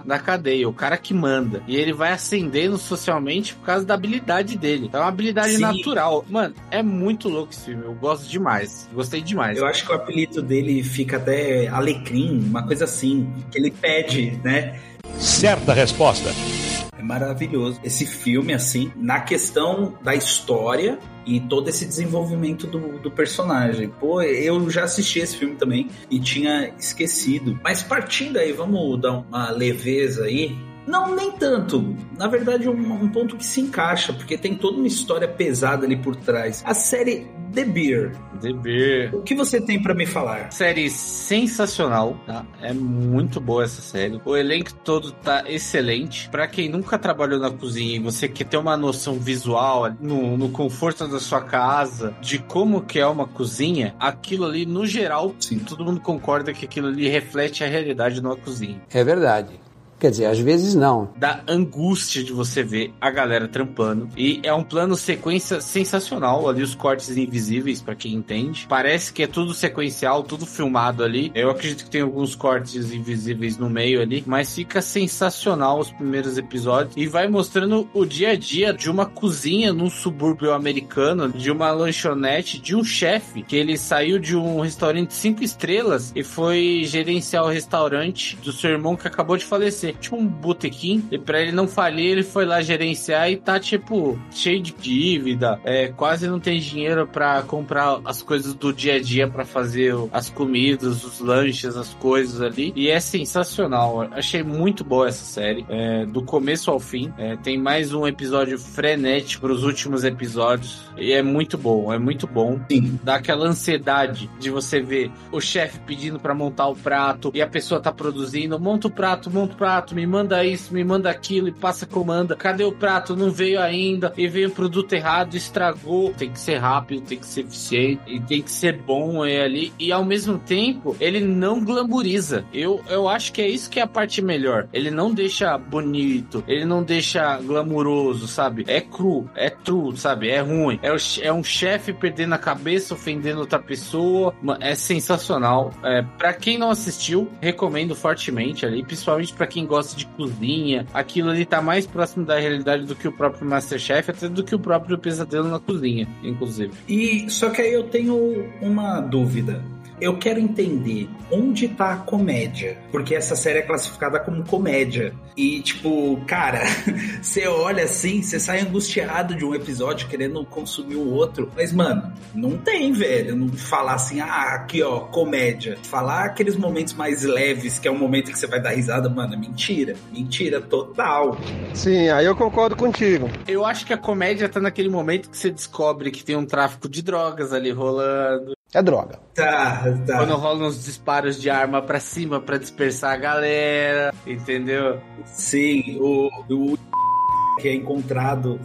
da cadeia, o cara que manda. E ele vai ascendendo socialmente por causa da habilidade dele. Então é uma habilidade natural. Mano, é muito louco esse filme. Eu gosto demais. Gostei demais. Eu acho que o apelido dele fica até Alecrim, uma coisa assim, que ele pede, né? Certa resposta. É maravilhoso. Esse filme, assim, na questão da história e todo esse desenvolvimento do personagem. Pô, eu já assisti esse filme também e tinha esquecido. Mas partindo aí, vamos dar uma leveza aí. Não, nem tanto. Na verdade, um ponto que se encaixa, porque tem toda uma história pesada ali por trás. A série The Bear. The Bear. O que você tem pra me falar? Série sensacional, tá? É muito boa essa série. O elenco todo tá excelente. Pra quem nunca trabalhou na cozinha e você quer ter uma noção visual no conforto da sua casa, de como que é uma cozinha, aquilo ali, no geral, sim, todo mundo concorda que aquilo ali reflete a realidade numa cozinha. É verdade. Quer dizer, às vezes não. Da angústia de você ver a galera trampando. E é um plano sequência sensacional. Ali os cortes invisíveis, pra quem entende. Parece que é tudo sequencial, tudo filmado ali. Eu acredito que tem alguns cortes invisíveis no meio ali. Mas fica sensacional os primeiros episódios. E vai mostrando o dia a dia de uma cozinha num subúrbio americano. De uma lanchonete, de um chefe. Que ele saiu de um restaurante 5 estrelas e foi gerenciar o restaurante do seu irmão que acabou de falecer. Tipo um botequim, e pra ele não falir, ele foi lá gerenciar e tá, tipo, cheio de dívida, quase não tem dinheiro pra comprar as coisas do dia a dia pra fazer as comidas, os lanches, as coisas ali, e é sensacional. Achei muito boa essa série, do começo ao fim. Tem mais um episódio frenético pros últimos episódios, e é muito bom. Sim. Dá aquela ansiedade de você ver o chefe pedindo pra montar o prato, e a pessoa tá produzindo, monta o prato, me manda isso, me manda aquilo, e passa comanda. Cadê o prato? Não veio ainda, e veio o produto errado, estragou. Tem que ser rápido, tem que ser eficiente, e tem que ser bom ali, e ao mesmo tempo, ele não glamoriza. Eu acho que é isso que é a parte melhor. Ele não deixa bonito, ele não deixa glamuroso, sabe? É cru, é true, sabe? É ruim. É um chefe perdendo a cabeça, ofendendo outra pessoa. É sensacional. Pra quem não assistiu, recomendo fortemente ali, principalmente pra quem gosta de cozinha. Aquilo ali tá mais próximo da realidade do que o próprio MasterChef, até do que o próprio Pesadelo na Cozinha, inclusive. E só que aí eu tenho uma dúvida. Eu quero entender onde tá a comédia, porque essa série é classificada como comédia. E, tipo, cara, você olha assim, você sai angustiado de um episódio querendo consumir o outro. Mas, mano, não tem, velho. Não falar assim, aqui, ó, comédia. Falar aqueles momentos mais leves, que é o momento que você vai dar risada, mano, é mentira. Mentira total. Sim, aí eu concordo contigo. Eu acho que a comédia tá naquele momento que você descobre que tem um tráfico de drogas ali rolando. É droga. Tá. Quando rolam uns disparos de arma pra cima pra dispersar a galera, entendeu? Sim, o que é encontrado.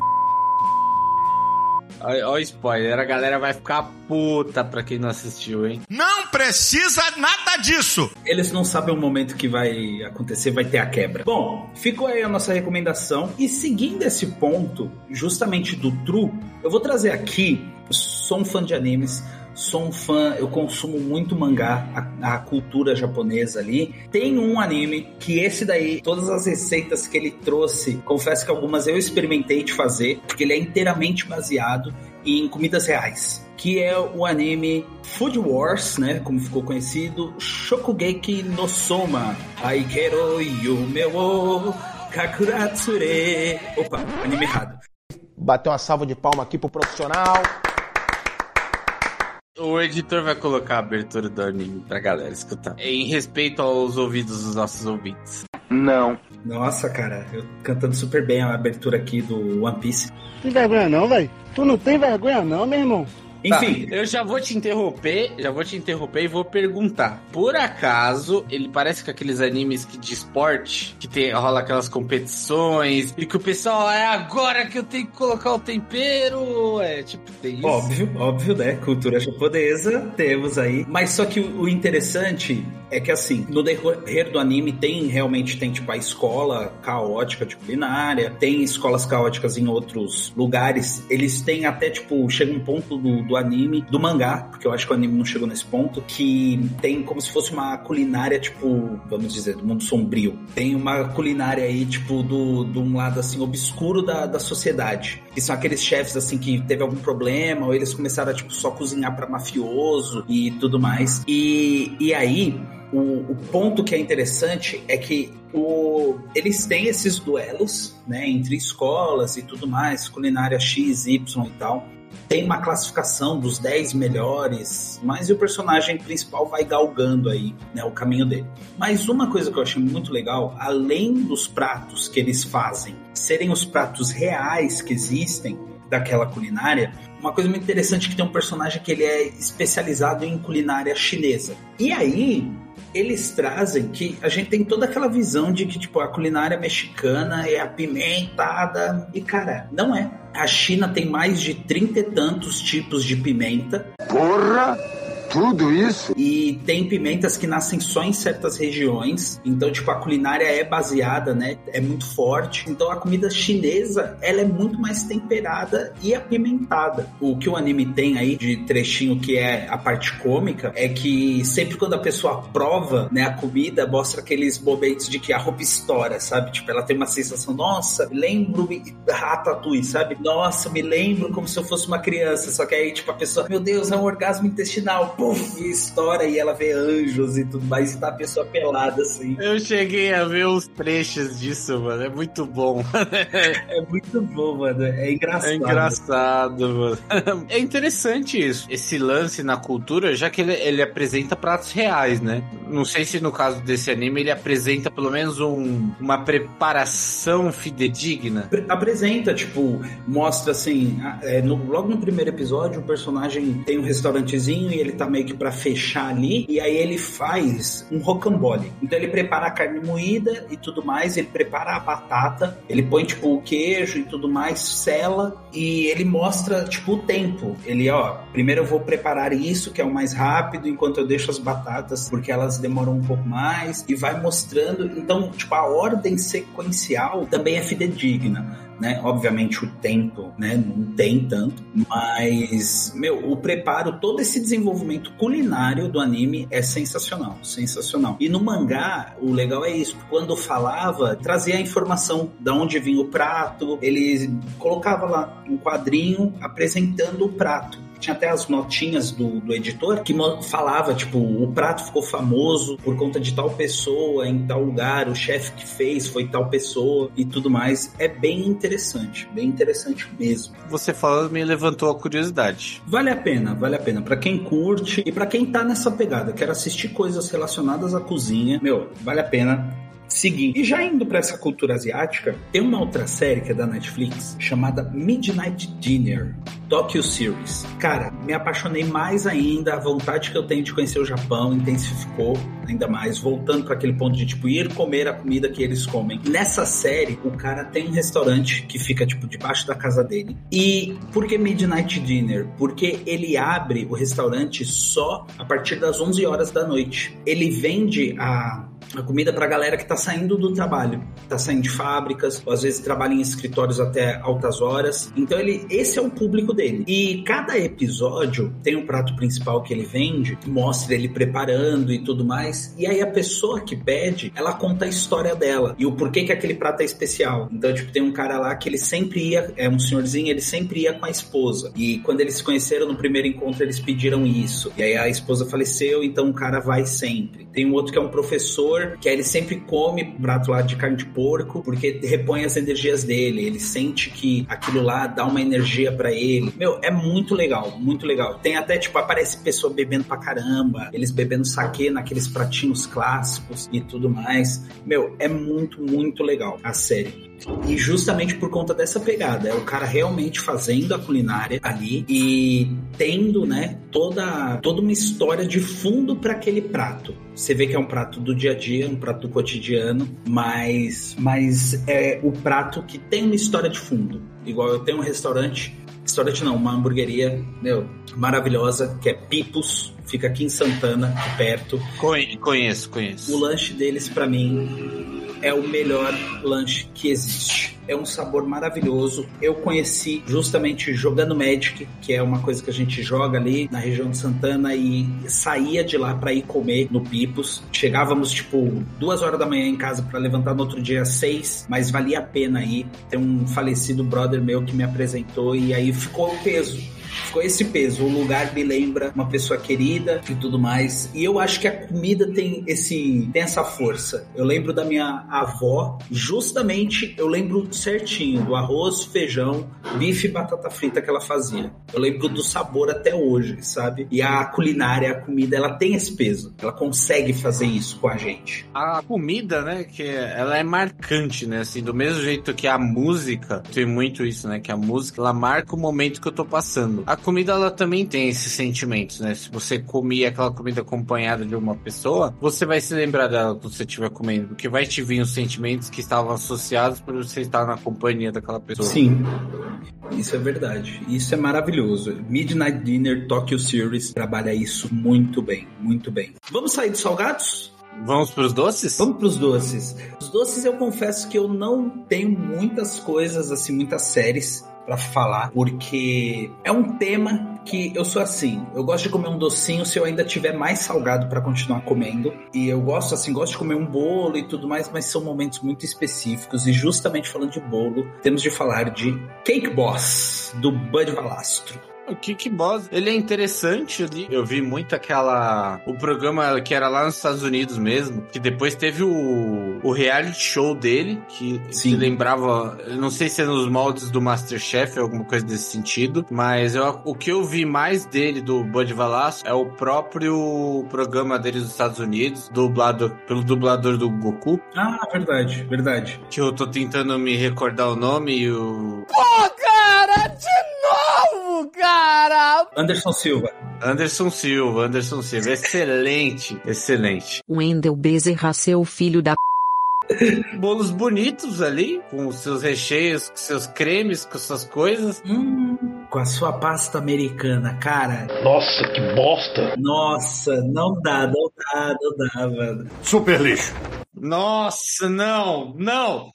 Olha o spoiler, a galera vai ficar puta pra quem não assistiu, hein? Não precisa nada disso! Eles não sabem o momento que vai acontecer, vai ter a quebra. Bom, ficou aí a nossa recomendação. E seguindo esse ponto, justamente do True, eu vou trazer aqui, sou um fã de animes, sou um fã, eu consumo muito mangá, a cultura japonesa ali. Tem um anime que esse daí, todas as receitas que ele trouxe, confesso que algumas eu experimentei de fazer, porque ele é inteiramente baseado em comidas reais, que é o anime Food Wars, né, como ficou conhecido, Shokugeki no Soma Aikero Yume wo Kakuratsure. Opa, anime errado. Bateu uma salva de palma aqui pro profissional. O editor vai colocar a abertura do anime pra galera escutar. Em respeito aos ouvidos dos nossos ouvintes. Não. Nossa, cara, eu cantando super bem a abertura aqui do One Piece. Tem vergonha não, velho? Tu não tem vergonha não, meu irmão? Enfim, eu já vou te interromper e vou perguntar. Por acaso, ele parece com aqueles animes de esporte, que rola aquelas competições, e que o pessoal, é agora que eu tenho que colocar o tempero, tipo, tem isso? Óbvio, né? Cultura japonesa, temos aí. Mas só que o interessante É que assim, no decorrer do anime realmente tem tipo a escola caótica de culinária, tem escolas caóticas em outros lugares. Eles têm até tipo, chega um ponto do anime, do mangá, porque eu acho que o anime não chegou nesse ponto, que tem como se fosse uma culinária tipo, vamos dizer, do mundo sombrio. Tem uma culinária aí tipo de um lado assim obscuro da sociedade, que são aqueles chefes assim que teve algum problema, ou eles começaram a tipo só cozinhar pra mafioso e tudo mais. E aí o ponto que é interessante é que eles têm esses duelos, né, entre escolas e tudo mais, culinária X, Y e tal. Tem uma classificação dos 10 melhores, mas o personagem principal vai galgando aí, né, o caminho dele. Mas uma coisa que eu achei muito legal, além dos pratos que eles fazem serem os pratos reais que existem daquela culinária, uma coisa muito interessante é que tem um personagem que ele é especializado em culinária chinesa. E aí eles trazem que a gente tem toda aquela visão de que tipo a culinária mexicana é apimentada, e cara, não é. A China tem mais de 30 e tantos tipos de pimenta. Porra! Tudo isso? E tem pimentas que nascem só em certas regiões. Então, tipo, a culinária é baseada, né? É muito forte. Então, a comida chinesa, ela é muito mais temperada e apimentada. O que o anime tem aí de trechinho que é a parte cômica é que sempre quando a pessoa prova, né, a comida, mostra aqueles momentos de que a roupa estoura, sabe? Tipo, ela tem uma sensação, nossa, lembro Ratatouille, sabe? Nossa, me lembro como se eu fosse uma criança. Só que aí, tipo, a pessoa, meu Deus, é um orgasmo intestinal. E estoura e ela vê anjos e tudo mais, e tá a pessoa pelada assim. Eu cheguei a ver uns trechos disso, mano. É muito bom. É muito bom, mano. É engraçado. É engraçado, mano. É interessante isso. Esse lance na cultura, já que ele apresenta pratos reais, né? Não sei se no caso desse anime ele apresenta pelo menos uma preparação fidedigna. Apresenta, tipo, mostra assim, logo no primeiro episódio o personagem tem um restaurantezinho e ele tá meio que pra fechar ali, e aí ele faz um rocambole. Então ele prepara a carne moída e tudo mais, ele prepara a batata, ele põe tipo o queijo e tudo mais, sela, e ele mostra tipo o tempo. Ele, primeiro eu vou preparar isso, que é o mais rápido, enquanto eu deixo as batatas, porque elas demoram um pouco mais, e vai mostrando. Então, tipo, a ordem sequencial também é fidedigna, né? Obviamente o tempo, né, não tem tanto, mas, o preparo, todo esse desenvolvimento culinário do anime é sensacional, sensacional. E no mangá, o legal é isso, quando falava, trazia a informação de onde vinha o prato, ele colocava lá um quadrinho apresentando o prato. Tinha até as notinhas do editor que falava, tipo, o prato ficou famoso por conta de tal pessoa em tal lugar, o chefe que fez foi tal pessoa e tudo mais. É bem interessante mesmo. Você falando me levantou a curiosidade. Vale a pena. Pra quem curte e pra quem tá nessa pegada, quer assistir coisas relacionadas à cozinha, vale a pena seguir. E já indo pra essa cultura asiática, tem uma outra série que é da Netflix, chamada Midnight Dinner, Tokyo Series. Cara, me apaixonei mais ainda, a vontade que eu tenho de conhecer o Japão intensificou ainda mais, voltando para aquele ponto de, tipo, ir comer a comida que eles comem. Nessa série, o cara tem um restaurante que fica, tipo, debaixo da casa dele. E por que Midnight Dinner? Porque ele abre o restaurante só a partir das 11 horas da noite. Ele vende a comida pra galera que tá saindo do trabalho, tá saindo de fábricas, ou às vezes trabalha em escritórios até altas horas. Então esse é o público dele. E cada episódio tem um prato principal que ele vende, mostra ele preparando e tudo mais. E aí a pessoa que pede, ela conta a história dela e o porquê que aquele prato é especial. Então, tipo, tem um cara lá que ele sempre ia, um senhorzinho, ele sempre ia com a esposa. E quando eles se conheceram no primeiro encontro, eles pediram isso. E aí a esposa faleceu, então o cara vai sempre. Tem um outro que é um professor, que aí ele sempre come prato lá de carne de porco, porque repõe as energias dele, ele sente que aquilo lá dá uma energia pra ele. É muito legal, muito legal. Tem até, tipo, aparece pessoa bebendo pra caramba, eles bebendo saquê naqueles pratinhos clássicos e tudo mais. É muito, muito legal a série. E justamente por conta dessa pegada, é o cara realmente fazendo a culinária ali e tendo, né, toda uma história de fundo para aquele prato. Você vê que é um prato do dia a dia, um prato do cotidiano, mas é o prato que tem uma história de fundo. Igual eu tenho um restaurante restaurante não, uma hamburgueria, maravilhosa, que é Pipos, fica aqui em Santana, aqui perto. Conheço. O lanche deles, pra mim, é o melhor lanche que existe. É um sabor maravilhoso. Eu conheci justamente jogando Magic, que é uma coisa que a gente joga ali na região de Santana, e saía de lá pra ir comer no Pipos. Chegávamos, 2 horas da manhã em casa pra levantar no outro dia às 6, mas valia a pena ir. Tem um falecido brother meu que me apresentou e aí ficou o peso. Ficou esse peso, o lugar me lembra uma pessoa querida e tudo mais. E eu acho que a comida tem essa força. Eu lembro da minha avó, justamente eu lembro certinho do arroz, feijão, bife e batata frita que ela fazia. Eu lembro do sabor até hoje, sabe? E a culinária, a comida, ela tem esse peso. Ela consegue fazer isso com a gente. A comida, né, que ela é marcante, né? Assim, do mesmo jeito que a música, tem muito isso, né? Que a música, ela marca o momento que eu tô passando. A comida, ela também tem esses sentimentos, né? Se você comia aquela comida acompanhada de uma pessoa, você vai se lembrar dela quando você estiver comendo, porque vai te vir os sentimentos que estavam associados por você estar na companhia daquela pessoa. Sim, isso é verdade. Isso é maravilhoso. Midnight Dinner Tokyo Series trabalha isso muito bem, muito bem. Vamos sair dos salgados? Vamos pros doces? Vamos pros doces. Os doces, eu confesso que eu não tenho muitas coisas, assim, muitas séries pra falar, porque é um tema que eu sou assim, eu gosto de comer um docinho se eu ainda tiver mais salgado pra continuar comendo, e eu gosto de comer um bolo e tudo mais, mas são momentos muito específicos, e justamente falando de bolo, temos de falar de Cake Boss, do Bud Valastro. O Cake Boss, ele é interessante ali. Eu vi muito o programa que era lá nos Estados Unidos mesmo, que depois teve o reality show dele, que se lembrava, eu não sei se é nos moldes do MasterChef ou alguma coisa desse sentido, mas o que eu vi mais dele, do Bud Valastro, é o próprio programa dele dos Estados Unidos, dublado pelo dublador do Goku. Ah, verdade. Que eu tô tentando me recordar o nome e o... Pô, cara, de novo, cara! Anderson Silva. Excelente. Wendel Bezerra, seu filho da... Bolos bonitos ali, com os seus recheios, com seus cremes, com suas coisas. Com a sua pasta americana, cara. Nossa, que bosta. Nossa, não dá, mano. Super lixo. Nossa, não! Não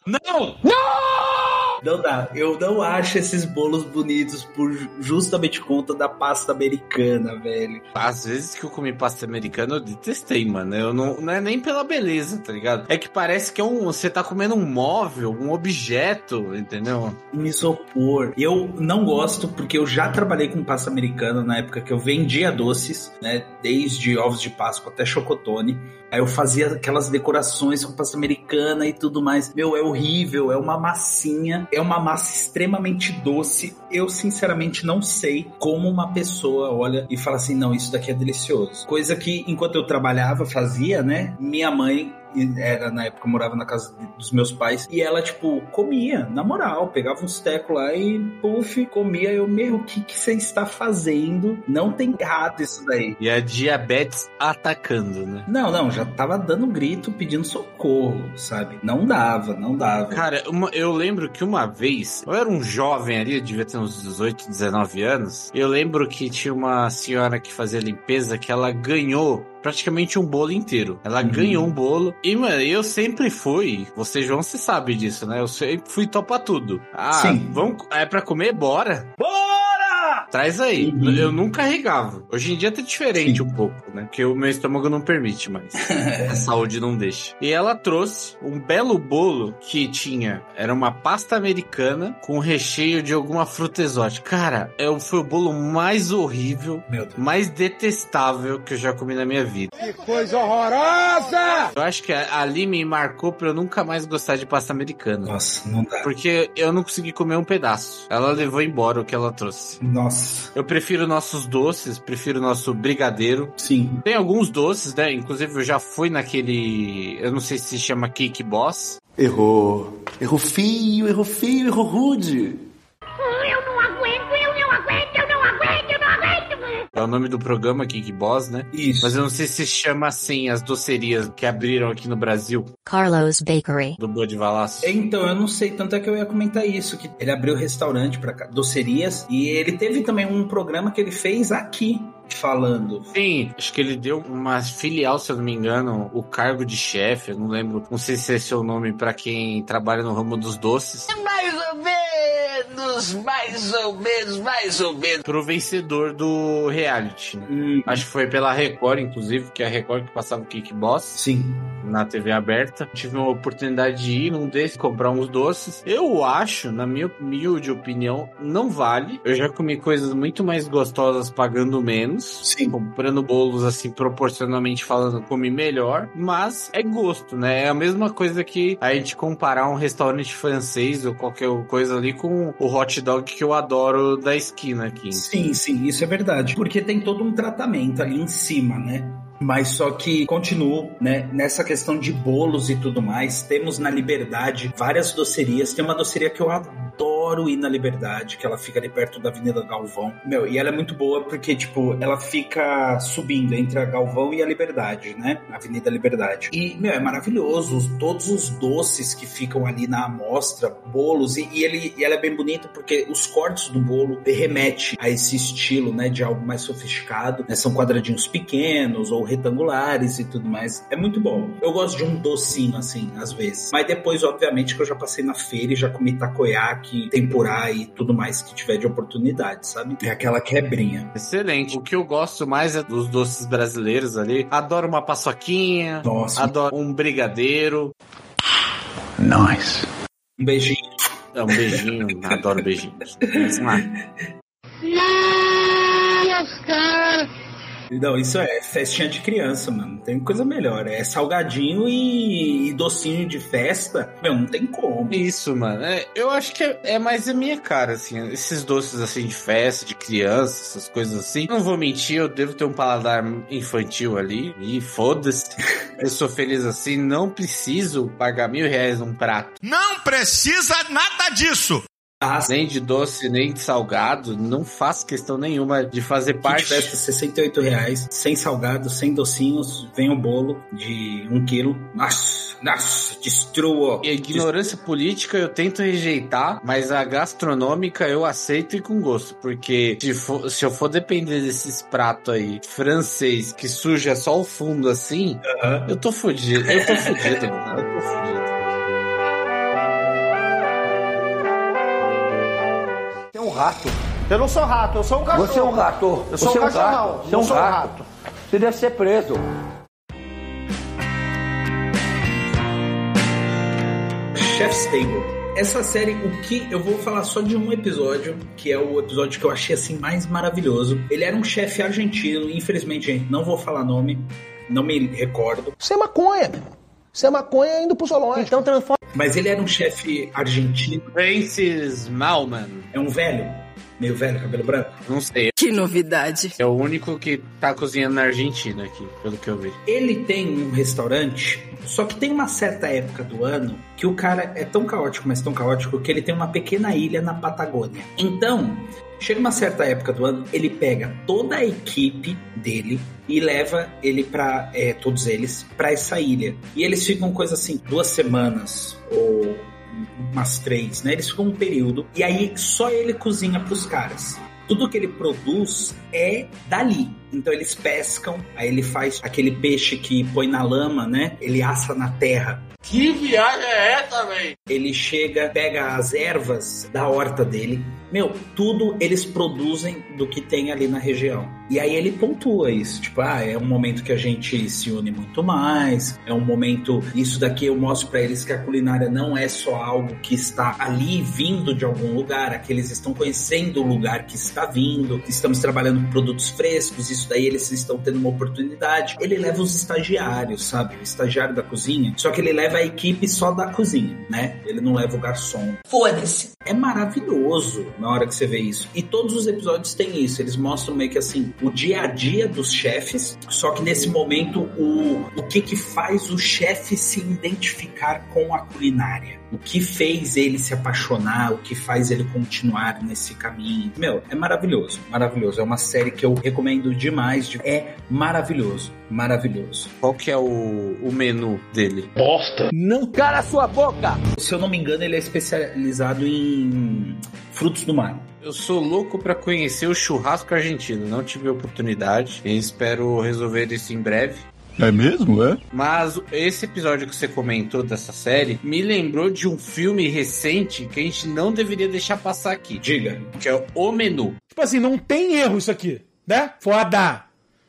dá, eu não acho esses bolos bonitos por justamente conta da pasta americana, velho. Às vezes que eu comi pasta americana eu detestei, mano. Eu não é nem pela beleza, tá ligado? É que parece que você tá comendo um móvel, um objeto, entendeu? Um isopor. Eu não gosto porque eu já trabalhei com pasta americana na época que eu vendia doces, né? Desde ovos de Páscoa até chocotone. Aí eu fazia aquelas decorações com pasta americana e tudo mais. Meu, é horrível, é uma massinha, é uma massa extremamente doce. Eu, sinceramente, não sei como uma pessoa olha e fala assim, não, isso daqui é delicioso. Coisa que, enquanto eu trabalhava, fazia, né? Minha mãe... na época eu morava na casa dos meus pais, e ela, comia, na moral, pegava uns tecos lá e, comia. Eu, o que você está fazendo? Não tem errado isso daí. E a diabetes atacando, né? Não, já tava dando grito, pedindo socorro, sabe? Não dava. Cara, eu lembro que uma vez, eu era um jovem ali, eu devia ter uns 18, 19 anos, eu lembro que tinha uma senhora que fazia limpeza, que ela ganhou praticamente um bolo inteiro. Ela ganhou um bolo. E, mano, eu sempre fui... Você, João, você sabe disso, né? Eu sempre fui topar tudo. Sim. É pra comer? Bora! Traz aí. Eu nunca carregava. Hoje em dia tá diferente um pouco, né? Porque o meu estômago não permite mais. A saúde não deixa. E ela trouxe um belo bolo que era uma pasta americana com recheio de alguma fruta exótica. Cara, foi o bolo mais horrível, mais detestável que eu já comi na minha vida. Que coisa horrorosa! Eu acho que ali me marcou pra eu nunca mais gostar de pasta americana. Nossa, não dá. Porque eu não consegui comer um pedaço. Ela levou embora o que ela trouxe. Nossa. Eu prefiro nossos doces, prefiro nosso brigadeiro. Sim. Tem alguns doces, né? Inclusive eu já fui naquele... Eu não sei se se chama Cake Boss. Errou feio, errou rude. Eu não aguento. É o nome do programa, Cake Boss, né? Isso. Mas eu não sei se chama assim as docerias que abriram aqui no Brasil. Carlos Bakery. Do Bud Valasso. Então, eu não sei, tanto é que eu ia comentar isso, que ele abriu restaurante pra docerias e ele teve também um programa que ele fez aqui, falando. Sim, acho que ele deu uma filial, se eu não me engano, o cargo de chefe, eu não lembro, não sei se esse é o nome pra quem trabalha no ramo dos doces. Mais ou menos. Pro vencedor do reality. Acho que foi pela Record, inclusive, que é a Record que passava o Cake Boss. Sim. Na TV aberta. Tive uma oportunidade de ir num desses, comprar uns doces. Eu acho, na minha humilde opinião, não vale. Eu já comi coisas muito mais gostosas pagando menos. Sim. Comprando bolos, assim, proporcionalmente falando, comi melhor. Mas é gosto, né? É a mesma coisa que a gente comparar um restaurante francês ou qualquer coisa ali com o hot dog que eu adoro da esquina aqui. Sim, isso é verdade. Porque tem todo um tratamento ali em cima, né? Mas só que continuo, né, nessa questão de bolos e tudo mais. Temos na Liberdade várias docerias. Tem uma doceria que eu adoro ir na Liberdade, que ela fica ali perto da Avenida Galvão. E ela é muito boa porque, tipo, ela fica subindo entre a Galvão e a Liberdade, né? Avenida Liberdade. E, é maravilhoso. Todos os doces que ficam ali na amostra, bolos, e ela é bem bonita porque os cortes do bolo remete a esse estilo, né, de algo mais sofisticado, né? São quadradinhos pequenos ou retangulares e tudo mais. É muito bom. Eu gosto de um docinho, assim, às vezes. Mas depois, obviamente, que eu já passei na feira e já comi takoyaki, tempurá e tudo mais que tiver de oportunidade, sabe? É aquela quebrinha. Excelente. O que eu gosto mais é dos doces brasileiros ali. Adoro uma paçoquinha. Nossa. Adoro um brigadeiro. Nice. Um beijinho. É, um beijinho. Adoro beijinhos. Vamos lá. Não, isso é festinha de criança, mano. Tem coisa melhor. É salgadinho e docinho de festa. Não tem como. Isso, mano. Eu acho que é mais a minha cara, assim. Esses doces, assim, de festa, de criança, essas coisas assim. Não vou mentir, eu devo ter um paladar infantil ali. E foda-se. Eu sou feliz assim. Não preciso pagar R$1.000 num prato. Não precisa nada disso! Nem de doce, nem de salgado, não faço questão nenhuma de fazer parte. Kit festa R$68, sem salgado, sem docinhos, vem o bolo de 1 quilo. Nossa, destrua. E a ignorância política eu tento rejeitar, mas a gastronômica eu aceito e com gosto, porque se eu for depender desses pratos aí, francês, que suja só o fundo assim, eu tô fudido, mano. Eu tô fudido. Rato. Eu não sou rato, eu sou um cachorro. Você é um rato. Eu sou um cachorrão. Você é um rato. Você deve ser preso. Chef's Table. Essa série, eu vou falar só de um episódio, que é o episódio que eu achei assim mais maravilhoso. Ele era um chefe argentino, infelizmente, gente, não vou falar nome, não me recordo. Isso é maconha, meu irmão. Isso é maconha indo pro zoológico. Então transforma. Mas ele era um chefe argentino. Francis Malman. É um velho? Meio velho, cabelo branco? Não sei. Que novidade. É o único que tá cozinhando na Argentina aqui, pelo que eu vi. Ele tem um restaurante, só que tem uma certa época do ano que o cara é tão caótico, mas tão caótico, que ele tem uma pequena ilha na Patagônia. Então, chega uma certa época do ano, ele pega toda a equipe dele e leva ele pra, todos eles, pra essa ilha. E eles ficam coisa assim, 2 semanas ou umas 3, né? Eles ficam um período e aí só ele cozinha pros caras. Tudo que ele produz é dali. Então eles pescam, aí ele faz aquele peixe que põe na lama, né? Ele assa na terra. Que viagem é essa, velho? Ele chega, pega as ervas da horta dele. Tudo eles produzem do que tem ali na região. E aí ele pontua isso. Tipo, é um momento que a gente se une muito mais. É um momento... Isso daqui eu mostro pra eles que a culinária não é só algo que está ali vindo de algum lugar. Aqui eles estão conhecendo o lugar que está vindo. Estamos trabalhando com produtos frescos. Isso daí eles estão tendo uma oportunidade. Ele leva os estagiários, sabe? O estagiário da cozinha. Só que ele leva a equipe só da cozinha, né? Ele não leva o garçom. Foda-se. É maravilhoso na hora que você vê isso. E todos os episódios têm isso. Eles mostram meio que assim, o dia a dia dos chefes, só que nesse momento o que faz o chefe se identificar com a culinária. o que fez ele se apaixonar, o que faz ele continuar nesse caminho. Meu, é maravilhoso, maravilhoso. É uma série que eu recomendo demais. É maravilhoso, maravilhoso. Qual que é o menu dele? Bosta! Não cala a sua boca! Se eu não me engano, ele é especializado em frutos do mar. Eu sou louco pra conhecer o churrasco argentino. Não tive oportunidade e espero resolver isso em breve. É mesmo, é? Mas esse episódio que você comentou dessa série me lembrou de um filme recente que a gente não deveria deixar passar aqui. Diga. Que é O Menu. Tipo assim, não tem erro isso aqui, né? Foda.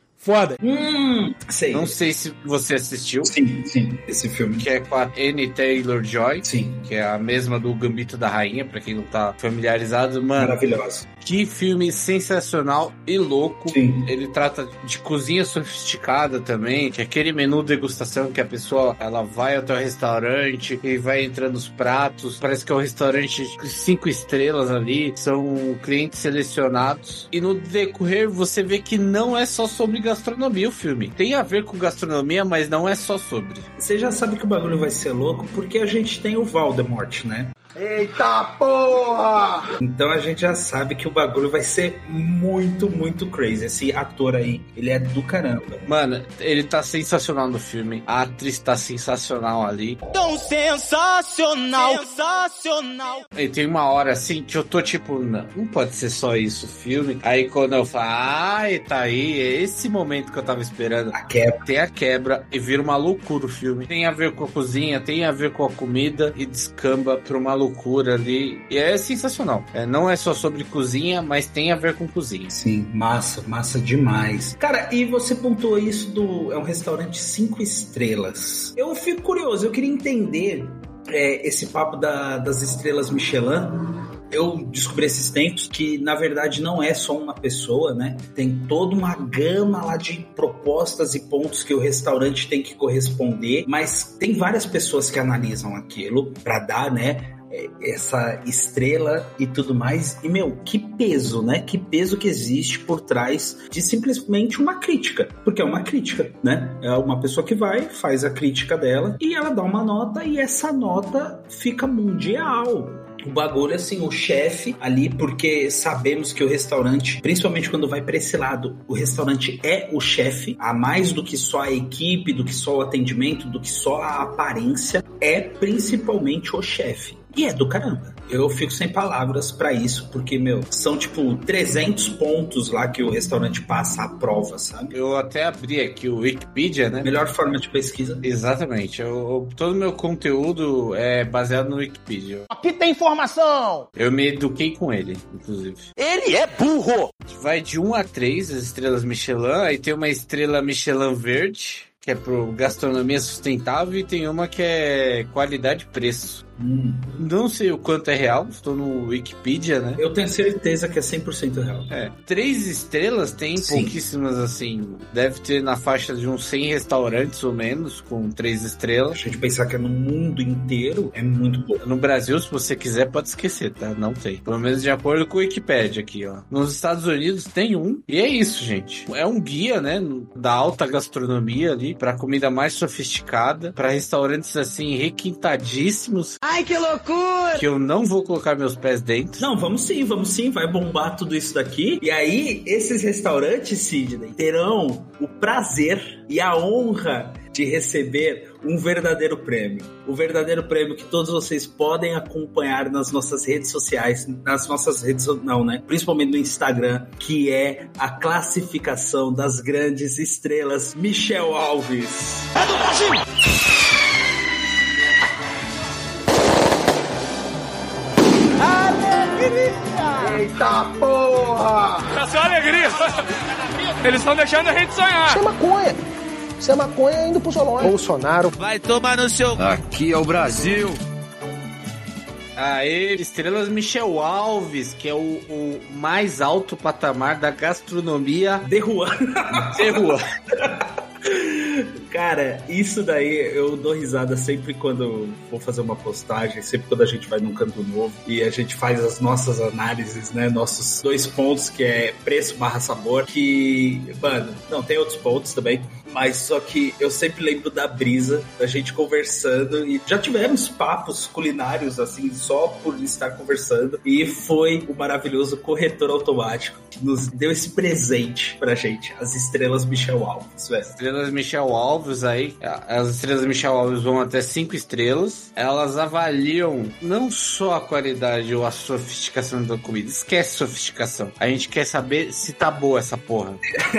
Sei. Não sei se você assistiu. Sim, esse filme. Que é com a Anya Taylor-Joy. Sim. Que é a mesma do Gambito da Rainha, pra quem não tá familiarizado. Mano, maravilhosa. Que filme sensacional e louco. Sim. Ele trata de cozinha sofisticada também, que é aquele menu degustação que a pessoa, ela vai até o restaurante e vai entrando os pratos. Parece que é um restaurante de 5 estrelas ali. São clientes selecionados. E no decorrer você vê que não é só sobre gastronomia o filme. Tem a ver com gastronomia, mas não é só sobre. Você já sabe que o bagulho vai ser louco porque a gente tem o Voldemort, né? Eita porra! Então a gente já sabe que o bagulho vai ser muito, muito crazy. Esse ator aí, ele é do caramba. Mano, ele tá sensacional no filme. A atriz tá sensacional ali. Tão sensacional! Sensacional! E tem uma hora assim que eu tô tipo, não pode ser só isso o filme. Aí quando eu falo, tá aí, é esse momento que eu tava esperando. A quebra. Tem a quebra e vira uma loucura o filme. Tem a ver com a cozinha, tem a ver com a comida e descamba pra uma loucura ali. E é sensacional. Não é só sobre cozinha, mas tem a ver com cozinha. Sim, massa demais. Cara, e você pontuou isso é um restaurante 5 estrelas. Eu fico curioso, eu queria entender esse papo das estrelas Michelin. Eu descobri esses tempos que, na verdade, não é só uma pessoa, né? Tem toda uma gama lá de propostas e pontos que o restaurante tem que corresponder, mas tem várias pessoas que analisam aquilo para dar, né, essa estrela e tudo mais. E, meu, que peso, né? Que peso que existe por trás de simplesmente uma crítica. Porque é uma crítica, né? É uma pessoa que faz a crítica dela e ela dá uma nota e essa nota fica mundial. O bagulho, assim, o chefe ali, porque sabemos que o restaurante, principalmente quando vai pra esse lado, o restaurante é o chefe, a mais do que só a equipe, do que só o atendimento, do que só a aparência, é principalmente o chefe. E é do caramba. Eu fico sem palavras pra isso, porque, meu, são tipo 300 pontos lá que o restaurante passa à prova, sabe? Eu até abri aqui o Wikipedia, né? Melhor forma de pesquisa. Exatamente. Todo o meu conteúdo é baseado no Wikipedia. Aqui tem informação! Eu me eduquei com ele, inclusive. Ele é burro! Vai de 1 a 3 as estrelas Michelin, aí tem uma estrela Michelin verde, que é pro gastronomia sustentável, e tem uma que é qualidade e preço. Não sei o quanto é real, estou no Wikipedia, né? Eu tenho certeza que é 100% real. 3 estrelas tem pouquíssimas, assim. Deve ter na faixa de uns 100 restaurantes ou menos, com 3 estrelas. A gente pensar que é no mundo inteiro, é muito pouco. No Brasil, se você quiser, pode esquecer, tá? Não tem. Pelo menos de acordo com o Wikipedia aqui, ó. Nos Estados Unidos tem um. E é isso, gente. É um guia, né? Da alta gastronomia ali, pra comida mais sofisticada, pra restaurantes, assim, requintadíssimos. Ai, que loucura! Que eu não vou colocar meus pés dentro. Não, vamos sim, vai bombar tudo isso daqui. E aí, esses restaurantes, Sidney, terão o prazer e a honra de receber um verdadeiro prêmio. O verdadeiro prêmio que todos vocês podem acompanhar nas nossas redes sociais, principalmente no Instagram, que é a classificação das grandes estrelas Michel Alves. É do Brasil! Eita porra! Tá só alegria! Eles estão deixando a gente sonhar! Isso é maconha! Isso é maconha indo pro zoológico. Bolsonaro. Vai tomar no seu... Aqui é o Brasil! Aê, estrelas Michel Alves, que é o mais alto patamar da gastronomia de rua. Cara, isso daí eu dou risada sempre quando vou fazer uma postagem, sempre quando a gente vai num canto novo e a gente faz as nossas análises, né? Nossos 2 pontos, que é preço / sabor, que, mano, não, tem outros pontos também, Mas só que eu sempre lembro da brisa, da gente conversando, e já tivemos papos culinários, assim, só por estar conversando, e foi o maravilhoso corretor automático que nos deu esse presente pra gente, as estrelas Michel Alves, velho. Estrelas Michel Alves aí, as estrelas Michel Alves vão até 5 estrelas, elas avaliam não só a qualidade ou a sofisticação da comida, esquece sofisticação, a gente quer saber se tá boa essa porra.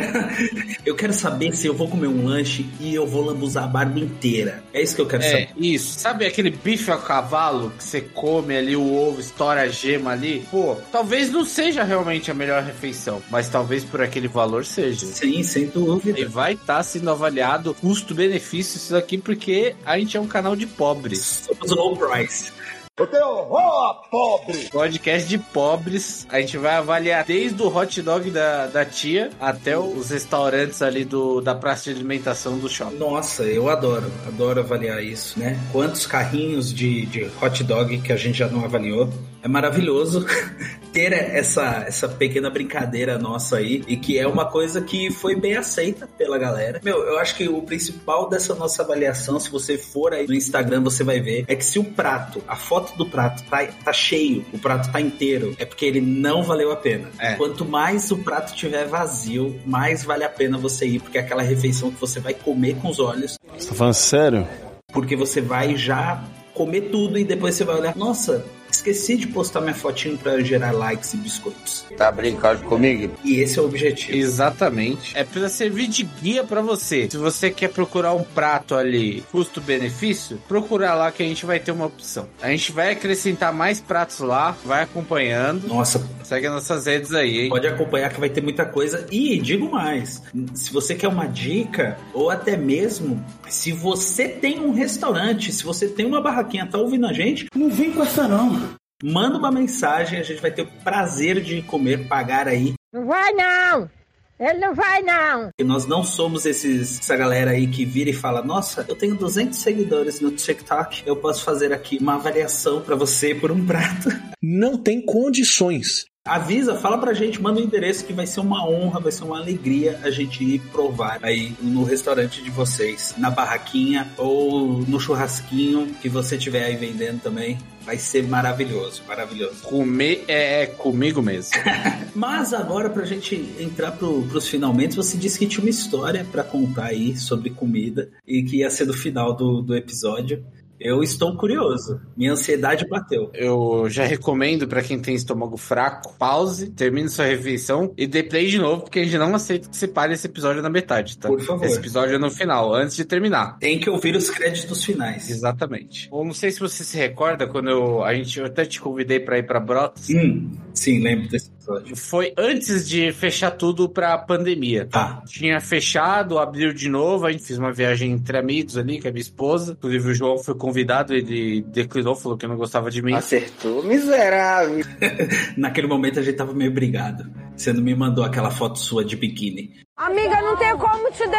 Eu quero saber se eu vou comer um lanche e eu vou lambuzar a barba inteira. É isso que eu quero saber. Isso. Sabe aquele bife a cavalo que você come ali, o ovo, estoura a gema ali? Pô, talvez não seja realmente a melhor refeição, mas talvez por aquele valor seja. Sim, sem dúvida. E vai estar sendo avaliado custo-benefício isso aqui, porque a gente é um canal de pobres. Somos low price. Eu tenho horror, pobre! Podcast de pobres. A gente vai avaliar desde o hot dog da tia até os restaurantes ali da praça de alimentação do shopping. Nossa, eu adoro avaliar isso, né? Quantos carrinhos de hot dog que a gente já não avaliou. É maravilhoso ter essa pequena brincadeira nossa aí, e que é uma coisa que foi bem aceita pela galera. Eu acho que o principal dessa nossa avaliação, se você for aí no Instagram, você vai ver, é que se o prato, a foto do prato tá cheio, o prato tá inteiro, é porque ele não valeu a pena. Quanto mais o prato tiver vazio, mais vale a pena você ir, porque é aquela refeição que você vai comer com os olhos. Você tá falando sério? Porque você vai já comer tudo e depois você vai olhar, nossa, esqueci de postar minha fotinho pra gerar likes e biscoitos. Tá brincando comigo? E esse é o objetivo. Exatamente. É pra servir de guia pra você. Se você quer procurar um prato ali, custo-benefício, procura lá que a gente vai ter uma opção. A gente vai acrescentar mais pratos lá, vai acompanhando. Nossa. Segue as nossas redes aí, hein? Pode acompanhar que vai ter muita coisa. E digo mais, se você quer uma dica, ou até mesmo, se você tem um restaurante, se você tem uma barraquinha, tá ouvindo a gente, não vem com essa não. Manda uma mensagem, a gente vai ter o prazer de comer, pagar aí. Não vai não! Ele não vai não! E nós não somos essa galera aí que vira e fala, nossa, eu tenho 200 seguidores no TikTok, eu posso fazer aqui uma avaliação pra você por um prato. Não tem condições. Avisa, fala pra gente, manda o endereço que vai ser uma honra, vai ser uma alegria a gente ir provar aí no restaurante de vocês, na barraquinha ou no churrasquinho que você tiver aí vendendo também. Vai ser maravilhoso, maravilhoso. Comer é comigo mesmo. Mas agora, pra gente entrar pros finalmente, você disse que tinha uma história pra contar aí sobre comida e que ia ser do final do episódio. Eu estou curioso. Minha ansiedade bateu. Eu já recomendo pra quem tem estômago fraco, pause, termine sua refeição e dê play de novo, porque a gente não aceita que você pare esse episódio na metade, tá? Por favor. Esse episódio é no final, antes de terminar. Tem que ouvir os créditos finais. Exatamente. Eu não sei se você se recorda, quando eu até te convidei pra ir pra Brotas. Sim, lembro desse episódio. Foi antes de fechar tudo pra pandemia. Tá. Tinha fechado, abriu de novo, a gente fez uma viagem entre amigos ali, com a minha esposa. Inclusive o João foi convidado, ele declinou, falou que não gostava de mim. Acertou, miserável. Naquele momento a gente tava meio brigado. Você não me mandou aquela foto sua de biquíni. Amiga, não tem como te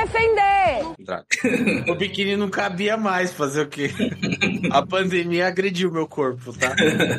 defender. O biquíni não cabia mais, fazer o quê? A pandemia agrediu meu corpo, tá?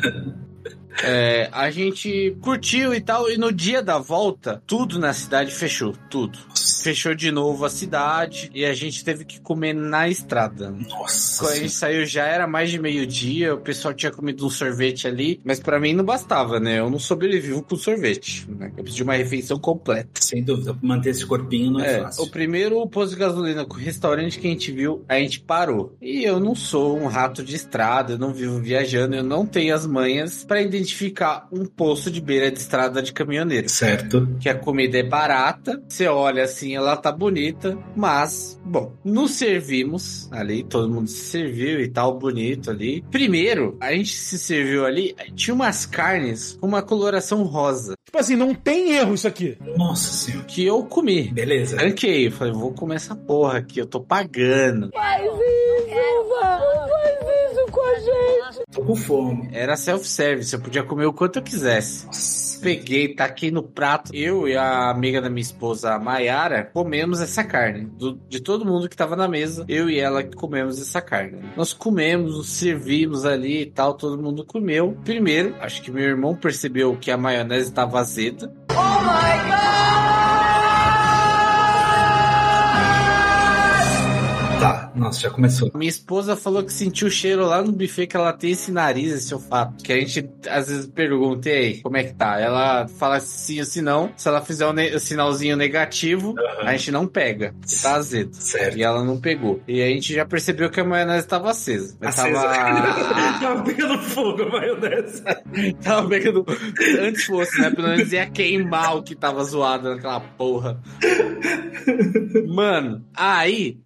A gente curtiu e tal, e no dia da volta, tudo na cidade fechou, tudo. Fechou de novo a cidade e a gente teve que comer na estrada. Nossa. Quando a gente saiu já era mais de meio-dia, o pessoal tinha comido um sorvete ali, mas pra mim não bastava, né? Eu não sobrevivo com sorvete, né? Eu preciso de uma refeição completa. Sem dúvida, manter esse corpinho não é fácil. O primeiro posto de gasolina com o restaurante que a gente viu, a gente parou. E eu não sou um rato de estrada, eu não vivo viajando, eu não tenho as manhas pra identificar um posto de beira de estrada de caminhoneiro. Certo. Que a comida é barata, você olha assim, ela tá bonita, mas, bom, nos servimos ali, todo mundo se serviu e tal, bonito ali. Primeiro, a gente se serviu ali, tinha umas carnes com uma coloração rosa. Tipo assim, não tem erro isso aqui. Nossa senhora. Que eu comi. Beleza. Tranquei, falei, vou comer essa porra aqui, eu tô pagando. Faz isso, não faz isso com a gente. Tô com fome. Era self-service, eu podia comer o quanto eu quisesse. Nossa. Peguei, taquei no prato. Eu e a amiga da minha esposa, a Mayara, comemos essa carne. De todo mundo que tava na mesa, eu e ela comemos essa carne. Nós comemos, nos servimos ali e tal, todo mundo comeu. Primeiro, acho que meu irmão percebeu que a maionese estava azeda. Oh my God! Tá, nossa, já começou. Minha esposa falou que sentiu o cheiro lá no buffet, que ela tem esse nariz, esse olfato. Que a gente às vezes pergunta, e aí, como é que tá? Ela fala sim ou se não. Se ela fizer o sinalzinho negativo, a gente não pega. Que tá azedo. Certo. E ela não pegou. E a gente já percebeu que a maionese tava acesa. Tava pegando fogo a maionese. Tava pegando... Antes fosse, né? Pelo menos ia queimar o que tava zoado naquela porra. Mano, aí...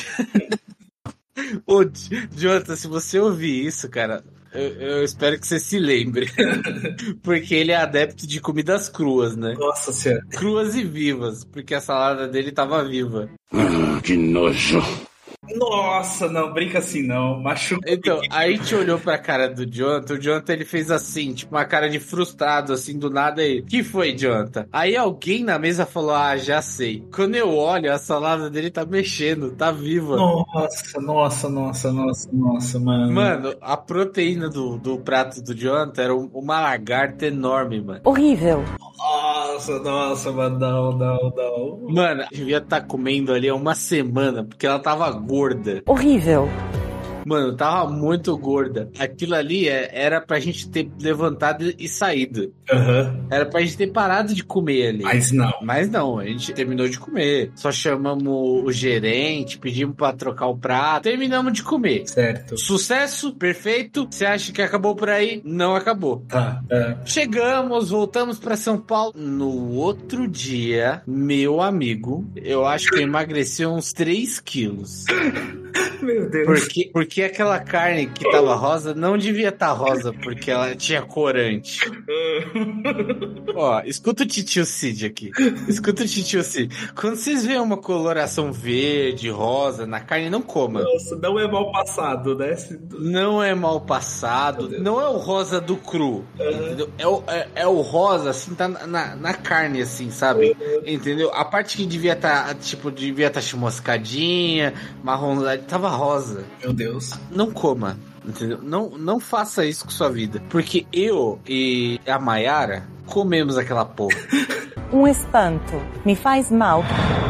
Ô, Jonathan, se você ouvir isso, cara, eu espero que você se lembre. Porque ele é adepto de comidas cruas, né? Nossa senhora. Cruas e vivas, porque a salada dele tava viva. Que nojo. Nossa, não, brinca assim não, machuca. Então, aí a gente olhou pra cara do Jonathan, o Jonathan ele fez assim, tipo uma cara de frustrado, assim, do nada aí. Que foi, Jonathan? Aí alguém na mesa falou, já sei. Quando eu olho, a salada dele tá mexendo, tá viva. Nossa, mano. Mano, a proteína do prato do Jonathan era uma lagarta enorme, mano. Horrível. Nossa, mano, não. Mano, devia estar comendo ali há uma semana, porque ela tava gorda. Horrível. Mano, tava muito gorda. Aquilo ali era pra gente ter levantado e saído. Era pra gente ter parado de comer ali. Mas não, a gente terminou de comer. Só chamamos o gerente, pedimos pra trocar o prato. Terminamos de comer. Certo. Sucesso, perfeito. Você acha que acabou por aí? Não acabou. Chegamos, voltamos pra São Paulo. No outro dia, meu amigo, eu acho que eu emagreci uns 3 quilos. Meu Deus. Porque aquela carne que tava rosa não devia estar rosa, porque ela tinha corante. Ó, escuta o titio Cid aqui. Quando vocês veem uma coloração verde, rosa na carne, não coma. Nossa, não é mal passado, né? Não é mal passado. Não é o rosa do cru. Entendeu? É o rosa, assim, tá na carne, assim, sabe? Entendeu? A parte que devia estar chamuscadinha, marronzada, tava rosa. Meu Deus. Não coma, entendeu? Não faça isso com sua vida. Porque eu e a Mayara comemos aquela porra. Um espanto. Me faz mal.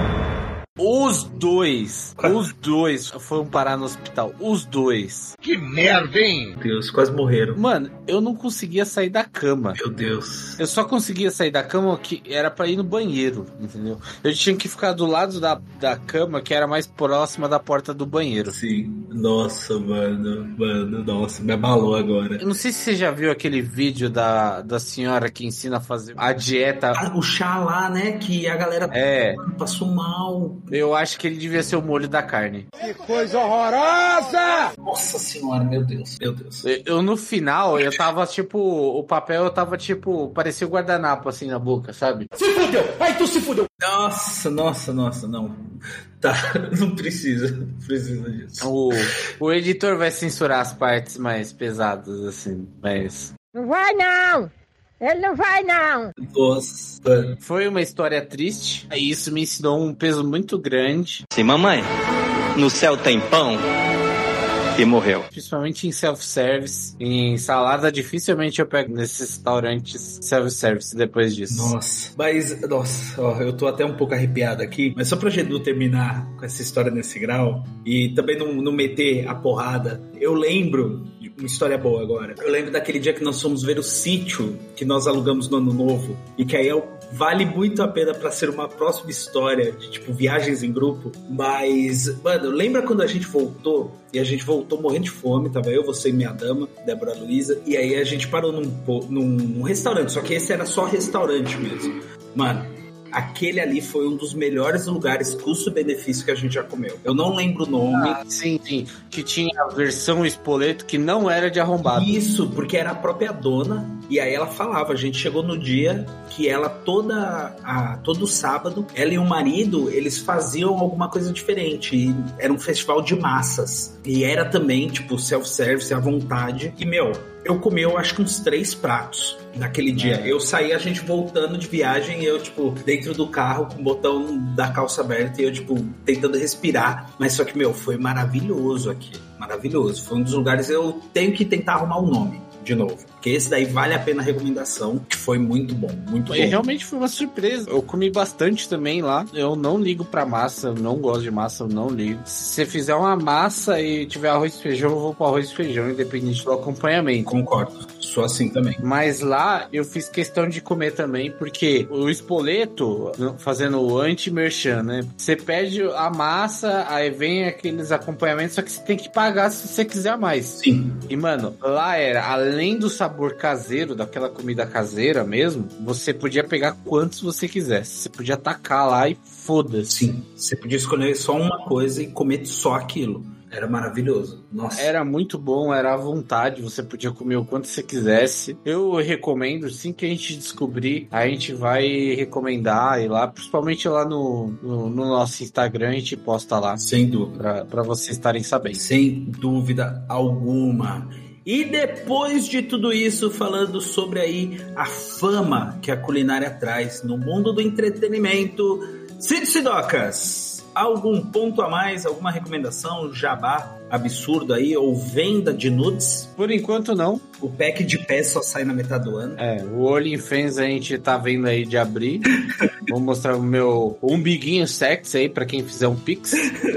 Os dois foram parar no hospital. Os dois. Que merda, hein? Meu Deus, quase morreram. Mano, eu não conseguia sair da cama. Meu Deus. Eu só conseguia sair da cama que era pra ir no banheiro, entendeu? Eu tinha que ficar do lado da cama que era mais próxima da porta do banheiro. Sim. Nossa, mano, nossa, me abalou agora. Eu não sei se você já viu aquele vídeo da senhora que ensina a fazer a dieta. O chá lá, né? Que a galera passou mal. Eu acho que ele devia ser o molho da carne. Que coisa horrorosa! Nossa senhora, meu Deus. Eu no final, eu tava tipo... O papel, eu tava tipo... Parecia o guardanapo assim na boca, sabe? Se fudeu! Aí tu se fudeu! Nossa, não. Tá, não precisa disso. O editor vai censurar as partes mais pesadas, assim, mas... Não vai não! Ele não vai, não! Nossa. Foi uma história triste. E isso me ensinou um peso muito grande. Sim, mamãe. No céu tem pão. E morreu. Principalmente em self-service. Em salada, dificilmente eu pego nesses restaurantes self-service depois disso. Nossa, eu tô até um pouco arrepiado aqui. Mas só pra gente não terminar com essa história nesse grau e também não meter a porrada, eu lembro de uma história boa agora. Eu lembro daquele dia que nós fomos ver o sítio que nós alugamos no Ano Novo e que aí vale muito a pena pra ser uma próxima história de tipo viagens em grupo. Mas, mano, lembra quando a gente voltou? E a gente voltou morrendo de fome, tava eu, você e minha dama, Débora Luiza, e aí a gente parou num restaurante, só que esse era só restaurante mesmo. Mano, aquele ali foi um dos melhores lugares custo-benefício que a gente já comeu. Eu não lembro o nome. Sim. Que tinha a versão espoleto que não era de arrombado. Isso, porque era a própria dona. E aí ela falava, a gente chegou no dia que ela todo sábado, ela e o marido, eles faziam alguma coisa diferente. E era um festival de massas. E era também, tipo, self-service à vontade. E, eu comi, eu acho que uns 3 pratos naquele dia. Eu saí, a gente voltando de viagem, e eu, tipo, dentro do carro, com o botão da calça aberta, e eu, tipo, tentando respirar. Mas só que, foi maravilhoso aqui. Maravilhoso. Foi um dos lugares, eu tenho que tentar arrumar um nome de novo. que esse daí vale a pena a recomendação, que foi muito bom, muito bom. E realmente foi uma surpresa. Eu comi bastante também lá. Eu não ligo pra massa, eu não gosto de massa, eu não ligo. Se você fizer uma massa e tiver arroz e feijão, eu vou pro arroz e feijão, independente do acompanhamento. Concordo, sou assim também. Mas lá eu fiz questão de comer também, porque o espoleto, fazendo o anti-merchan, né? Você pede a massa, aí vem aqueles acompanhamentos, só que você tem que pagar se você quiser mais. Sim. E, mano, lá era, além do sabor caseiro, daquela comida caseira mesmo, você podia pegar quantos você quisesse. Você podia tacar lá e foda-se. Sim, você podia escolher só uma coisa e comer só aquilo. Era maravilhoso. Nossa. Era muito bom, era à vontade, você podia comer o quanto você quisesse. Eu recomendo, assim que a gente descobrir, a gente vai recomendar ir lá, principalmente lá no nosso Instagram, a gente posta lá. Sem dúvida. Pra vocês estarem sabendo. Sem dúvida alguma. E depois de tudo isso, falando sobre aí a fama que a culinária traz no mundo do entretenimento, Cid Sidocas, algum ponto a mais, alguma recomendação, jabá absurdo aí, ou venda de nudes? Por enquanto não. O pack de pé só sai na metade do ano. O OnlyFans a gente tá vendo aí de abrir. Vou mostrar o meu umbiguinho sexy aí pra quem fizer um pix.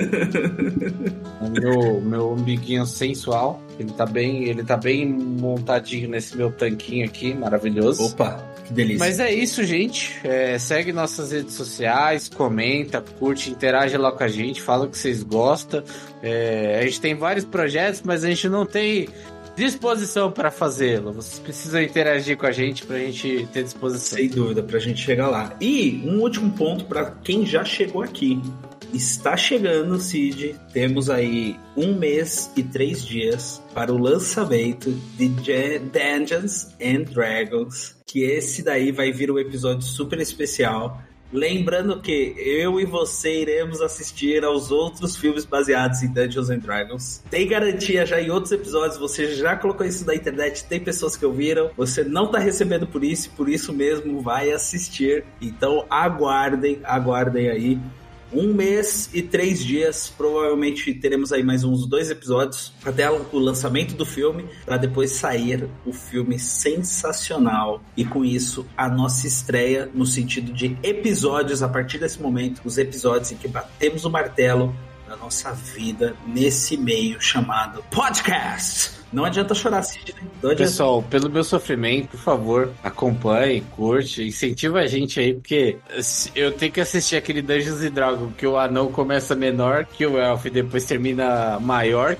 O meu umbiguinho sensual. Ele tá bem montadinho nesse meu tanquinho aqui, maravilhoso. Opa! Que delícia. Mas é isso, gente. Segue nossas redes sociais, comenta, curte, interage lá com a gente, fala o que vocês gostam. A gente tem vários projetos, mas a gente não tem disposição para fazê-lo. Vocês precisam interagir com a gente pra gente ter disposição. Sem dúvida, pra gente chegar lá. E um último ponto para quem já chegou aqui. Está chegando, Cid. Temos aí 1 mês e 3 dias para o lançamento de Dungeons and Dragons, que esse daí vai vir um episódio super especial. Lembrando que eu e você iremos assistir aos outros filmes baseados em Dungeons and Dragons. Tem garantia já em outros episódios, você já colocou isso na internet, tem pessoas que ouviram, você não tá recebendo por isso mesmo vai assistir. Então aguardem aí. 1 mês e 3 dias, provavelmente teremos aí mais uns 2 episódios até o lançamento do filme, para depois sair o filme sensacional. E com isso, a nossa estreia no sentido de episódios, a partir desse momento, os episódios em que batemos o martelo da nossa vida nesse meio chamado podcast. Não adianta chorar, Cid, né? Pessoal, pelo meu sofrimento, por favor, acompanhe, curte, incentiva a gente aí, porque eu tenho que assistir aquele Dungeons & Dragons que o anão começa menor, que o elfo e depois termina maior.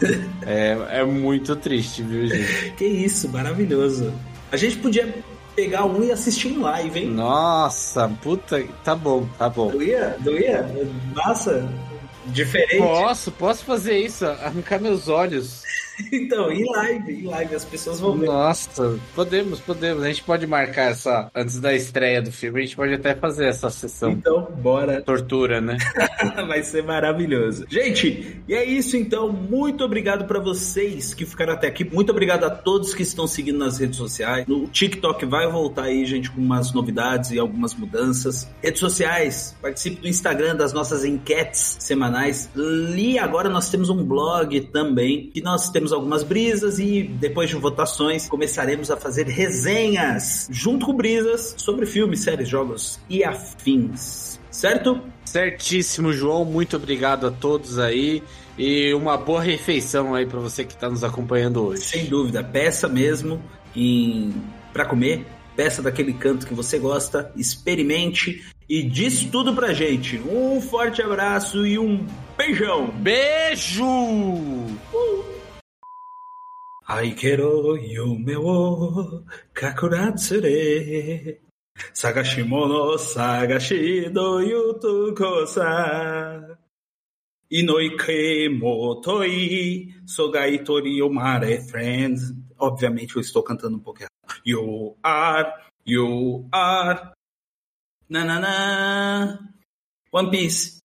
É muito triste, viu, gente? Que isso, maravilhoso. A gente podia pegar um e assistir em live, hein? Nossa, puta, tá bom. Doía? Massa? Diferente? Posso fazer isso, arrancar meus olhos. Então, em live, as pessoas vão ver. Nossa, podemos. A gente pode marcar essa, antes da estreia do filme, a gente pode até fazer essa sessão. Então, bora. Tortura, né? Vai ser maravilhoso. Gente, e é isso então. Muito obrigado pra vocês que ficaram até aqui. Muito obrigado a todos que estão seguindo nas redes sociais. No TikTok vai voltar aí, gente, com umas novidades e algumas mudanças. Redes sociais, participe do Instagram das nossas enquetes semanais. E agora nós temos um blog também, que nós temos algumas brisas e depois de votações começaremos a fazer resenhas junto com brisas sobre filmes, séries, jogos e afins, certo? Certíssimo, João, muito obrigado a todos aí e uma boa refeição aí pra você que está nos acompanhando hoje. Sem dúvida, peça mesmo pra comer, peça daquele canto que você gosta, experimente e diz tudo pra gente. Um forte abraço e um beijão. Beijo! Aikero yume wo kakuratsure sagashimono sagashi do yutuko-sa inoike motoi sogai tori omare friends. Obviamente eu estou cantando um pouco errado. You are na na na One Piece.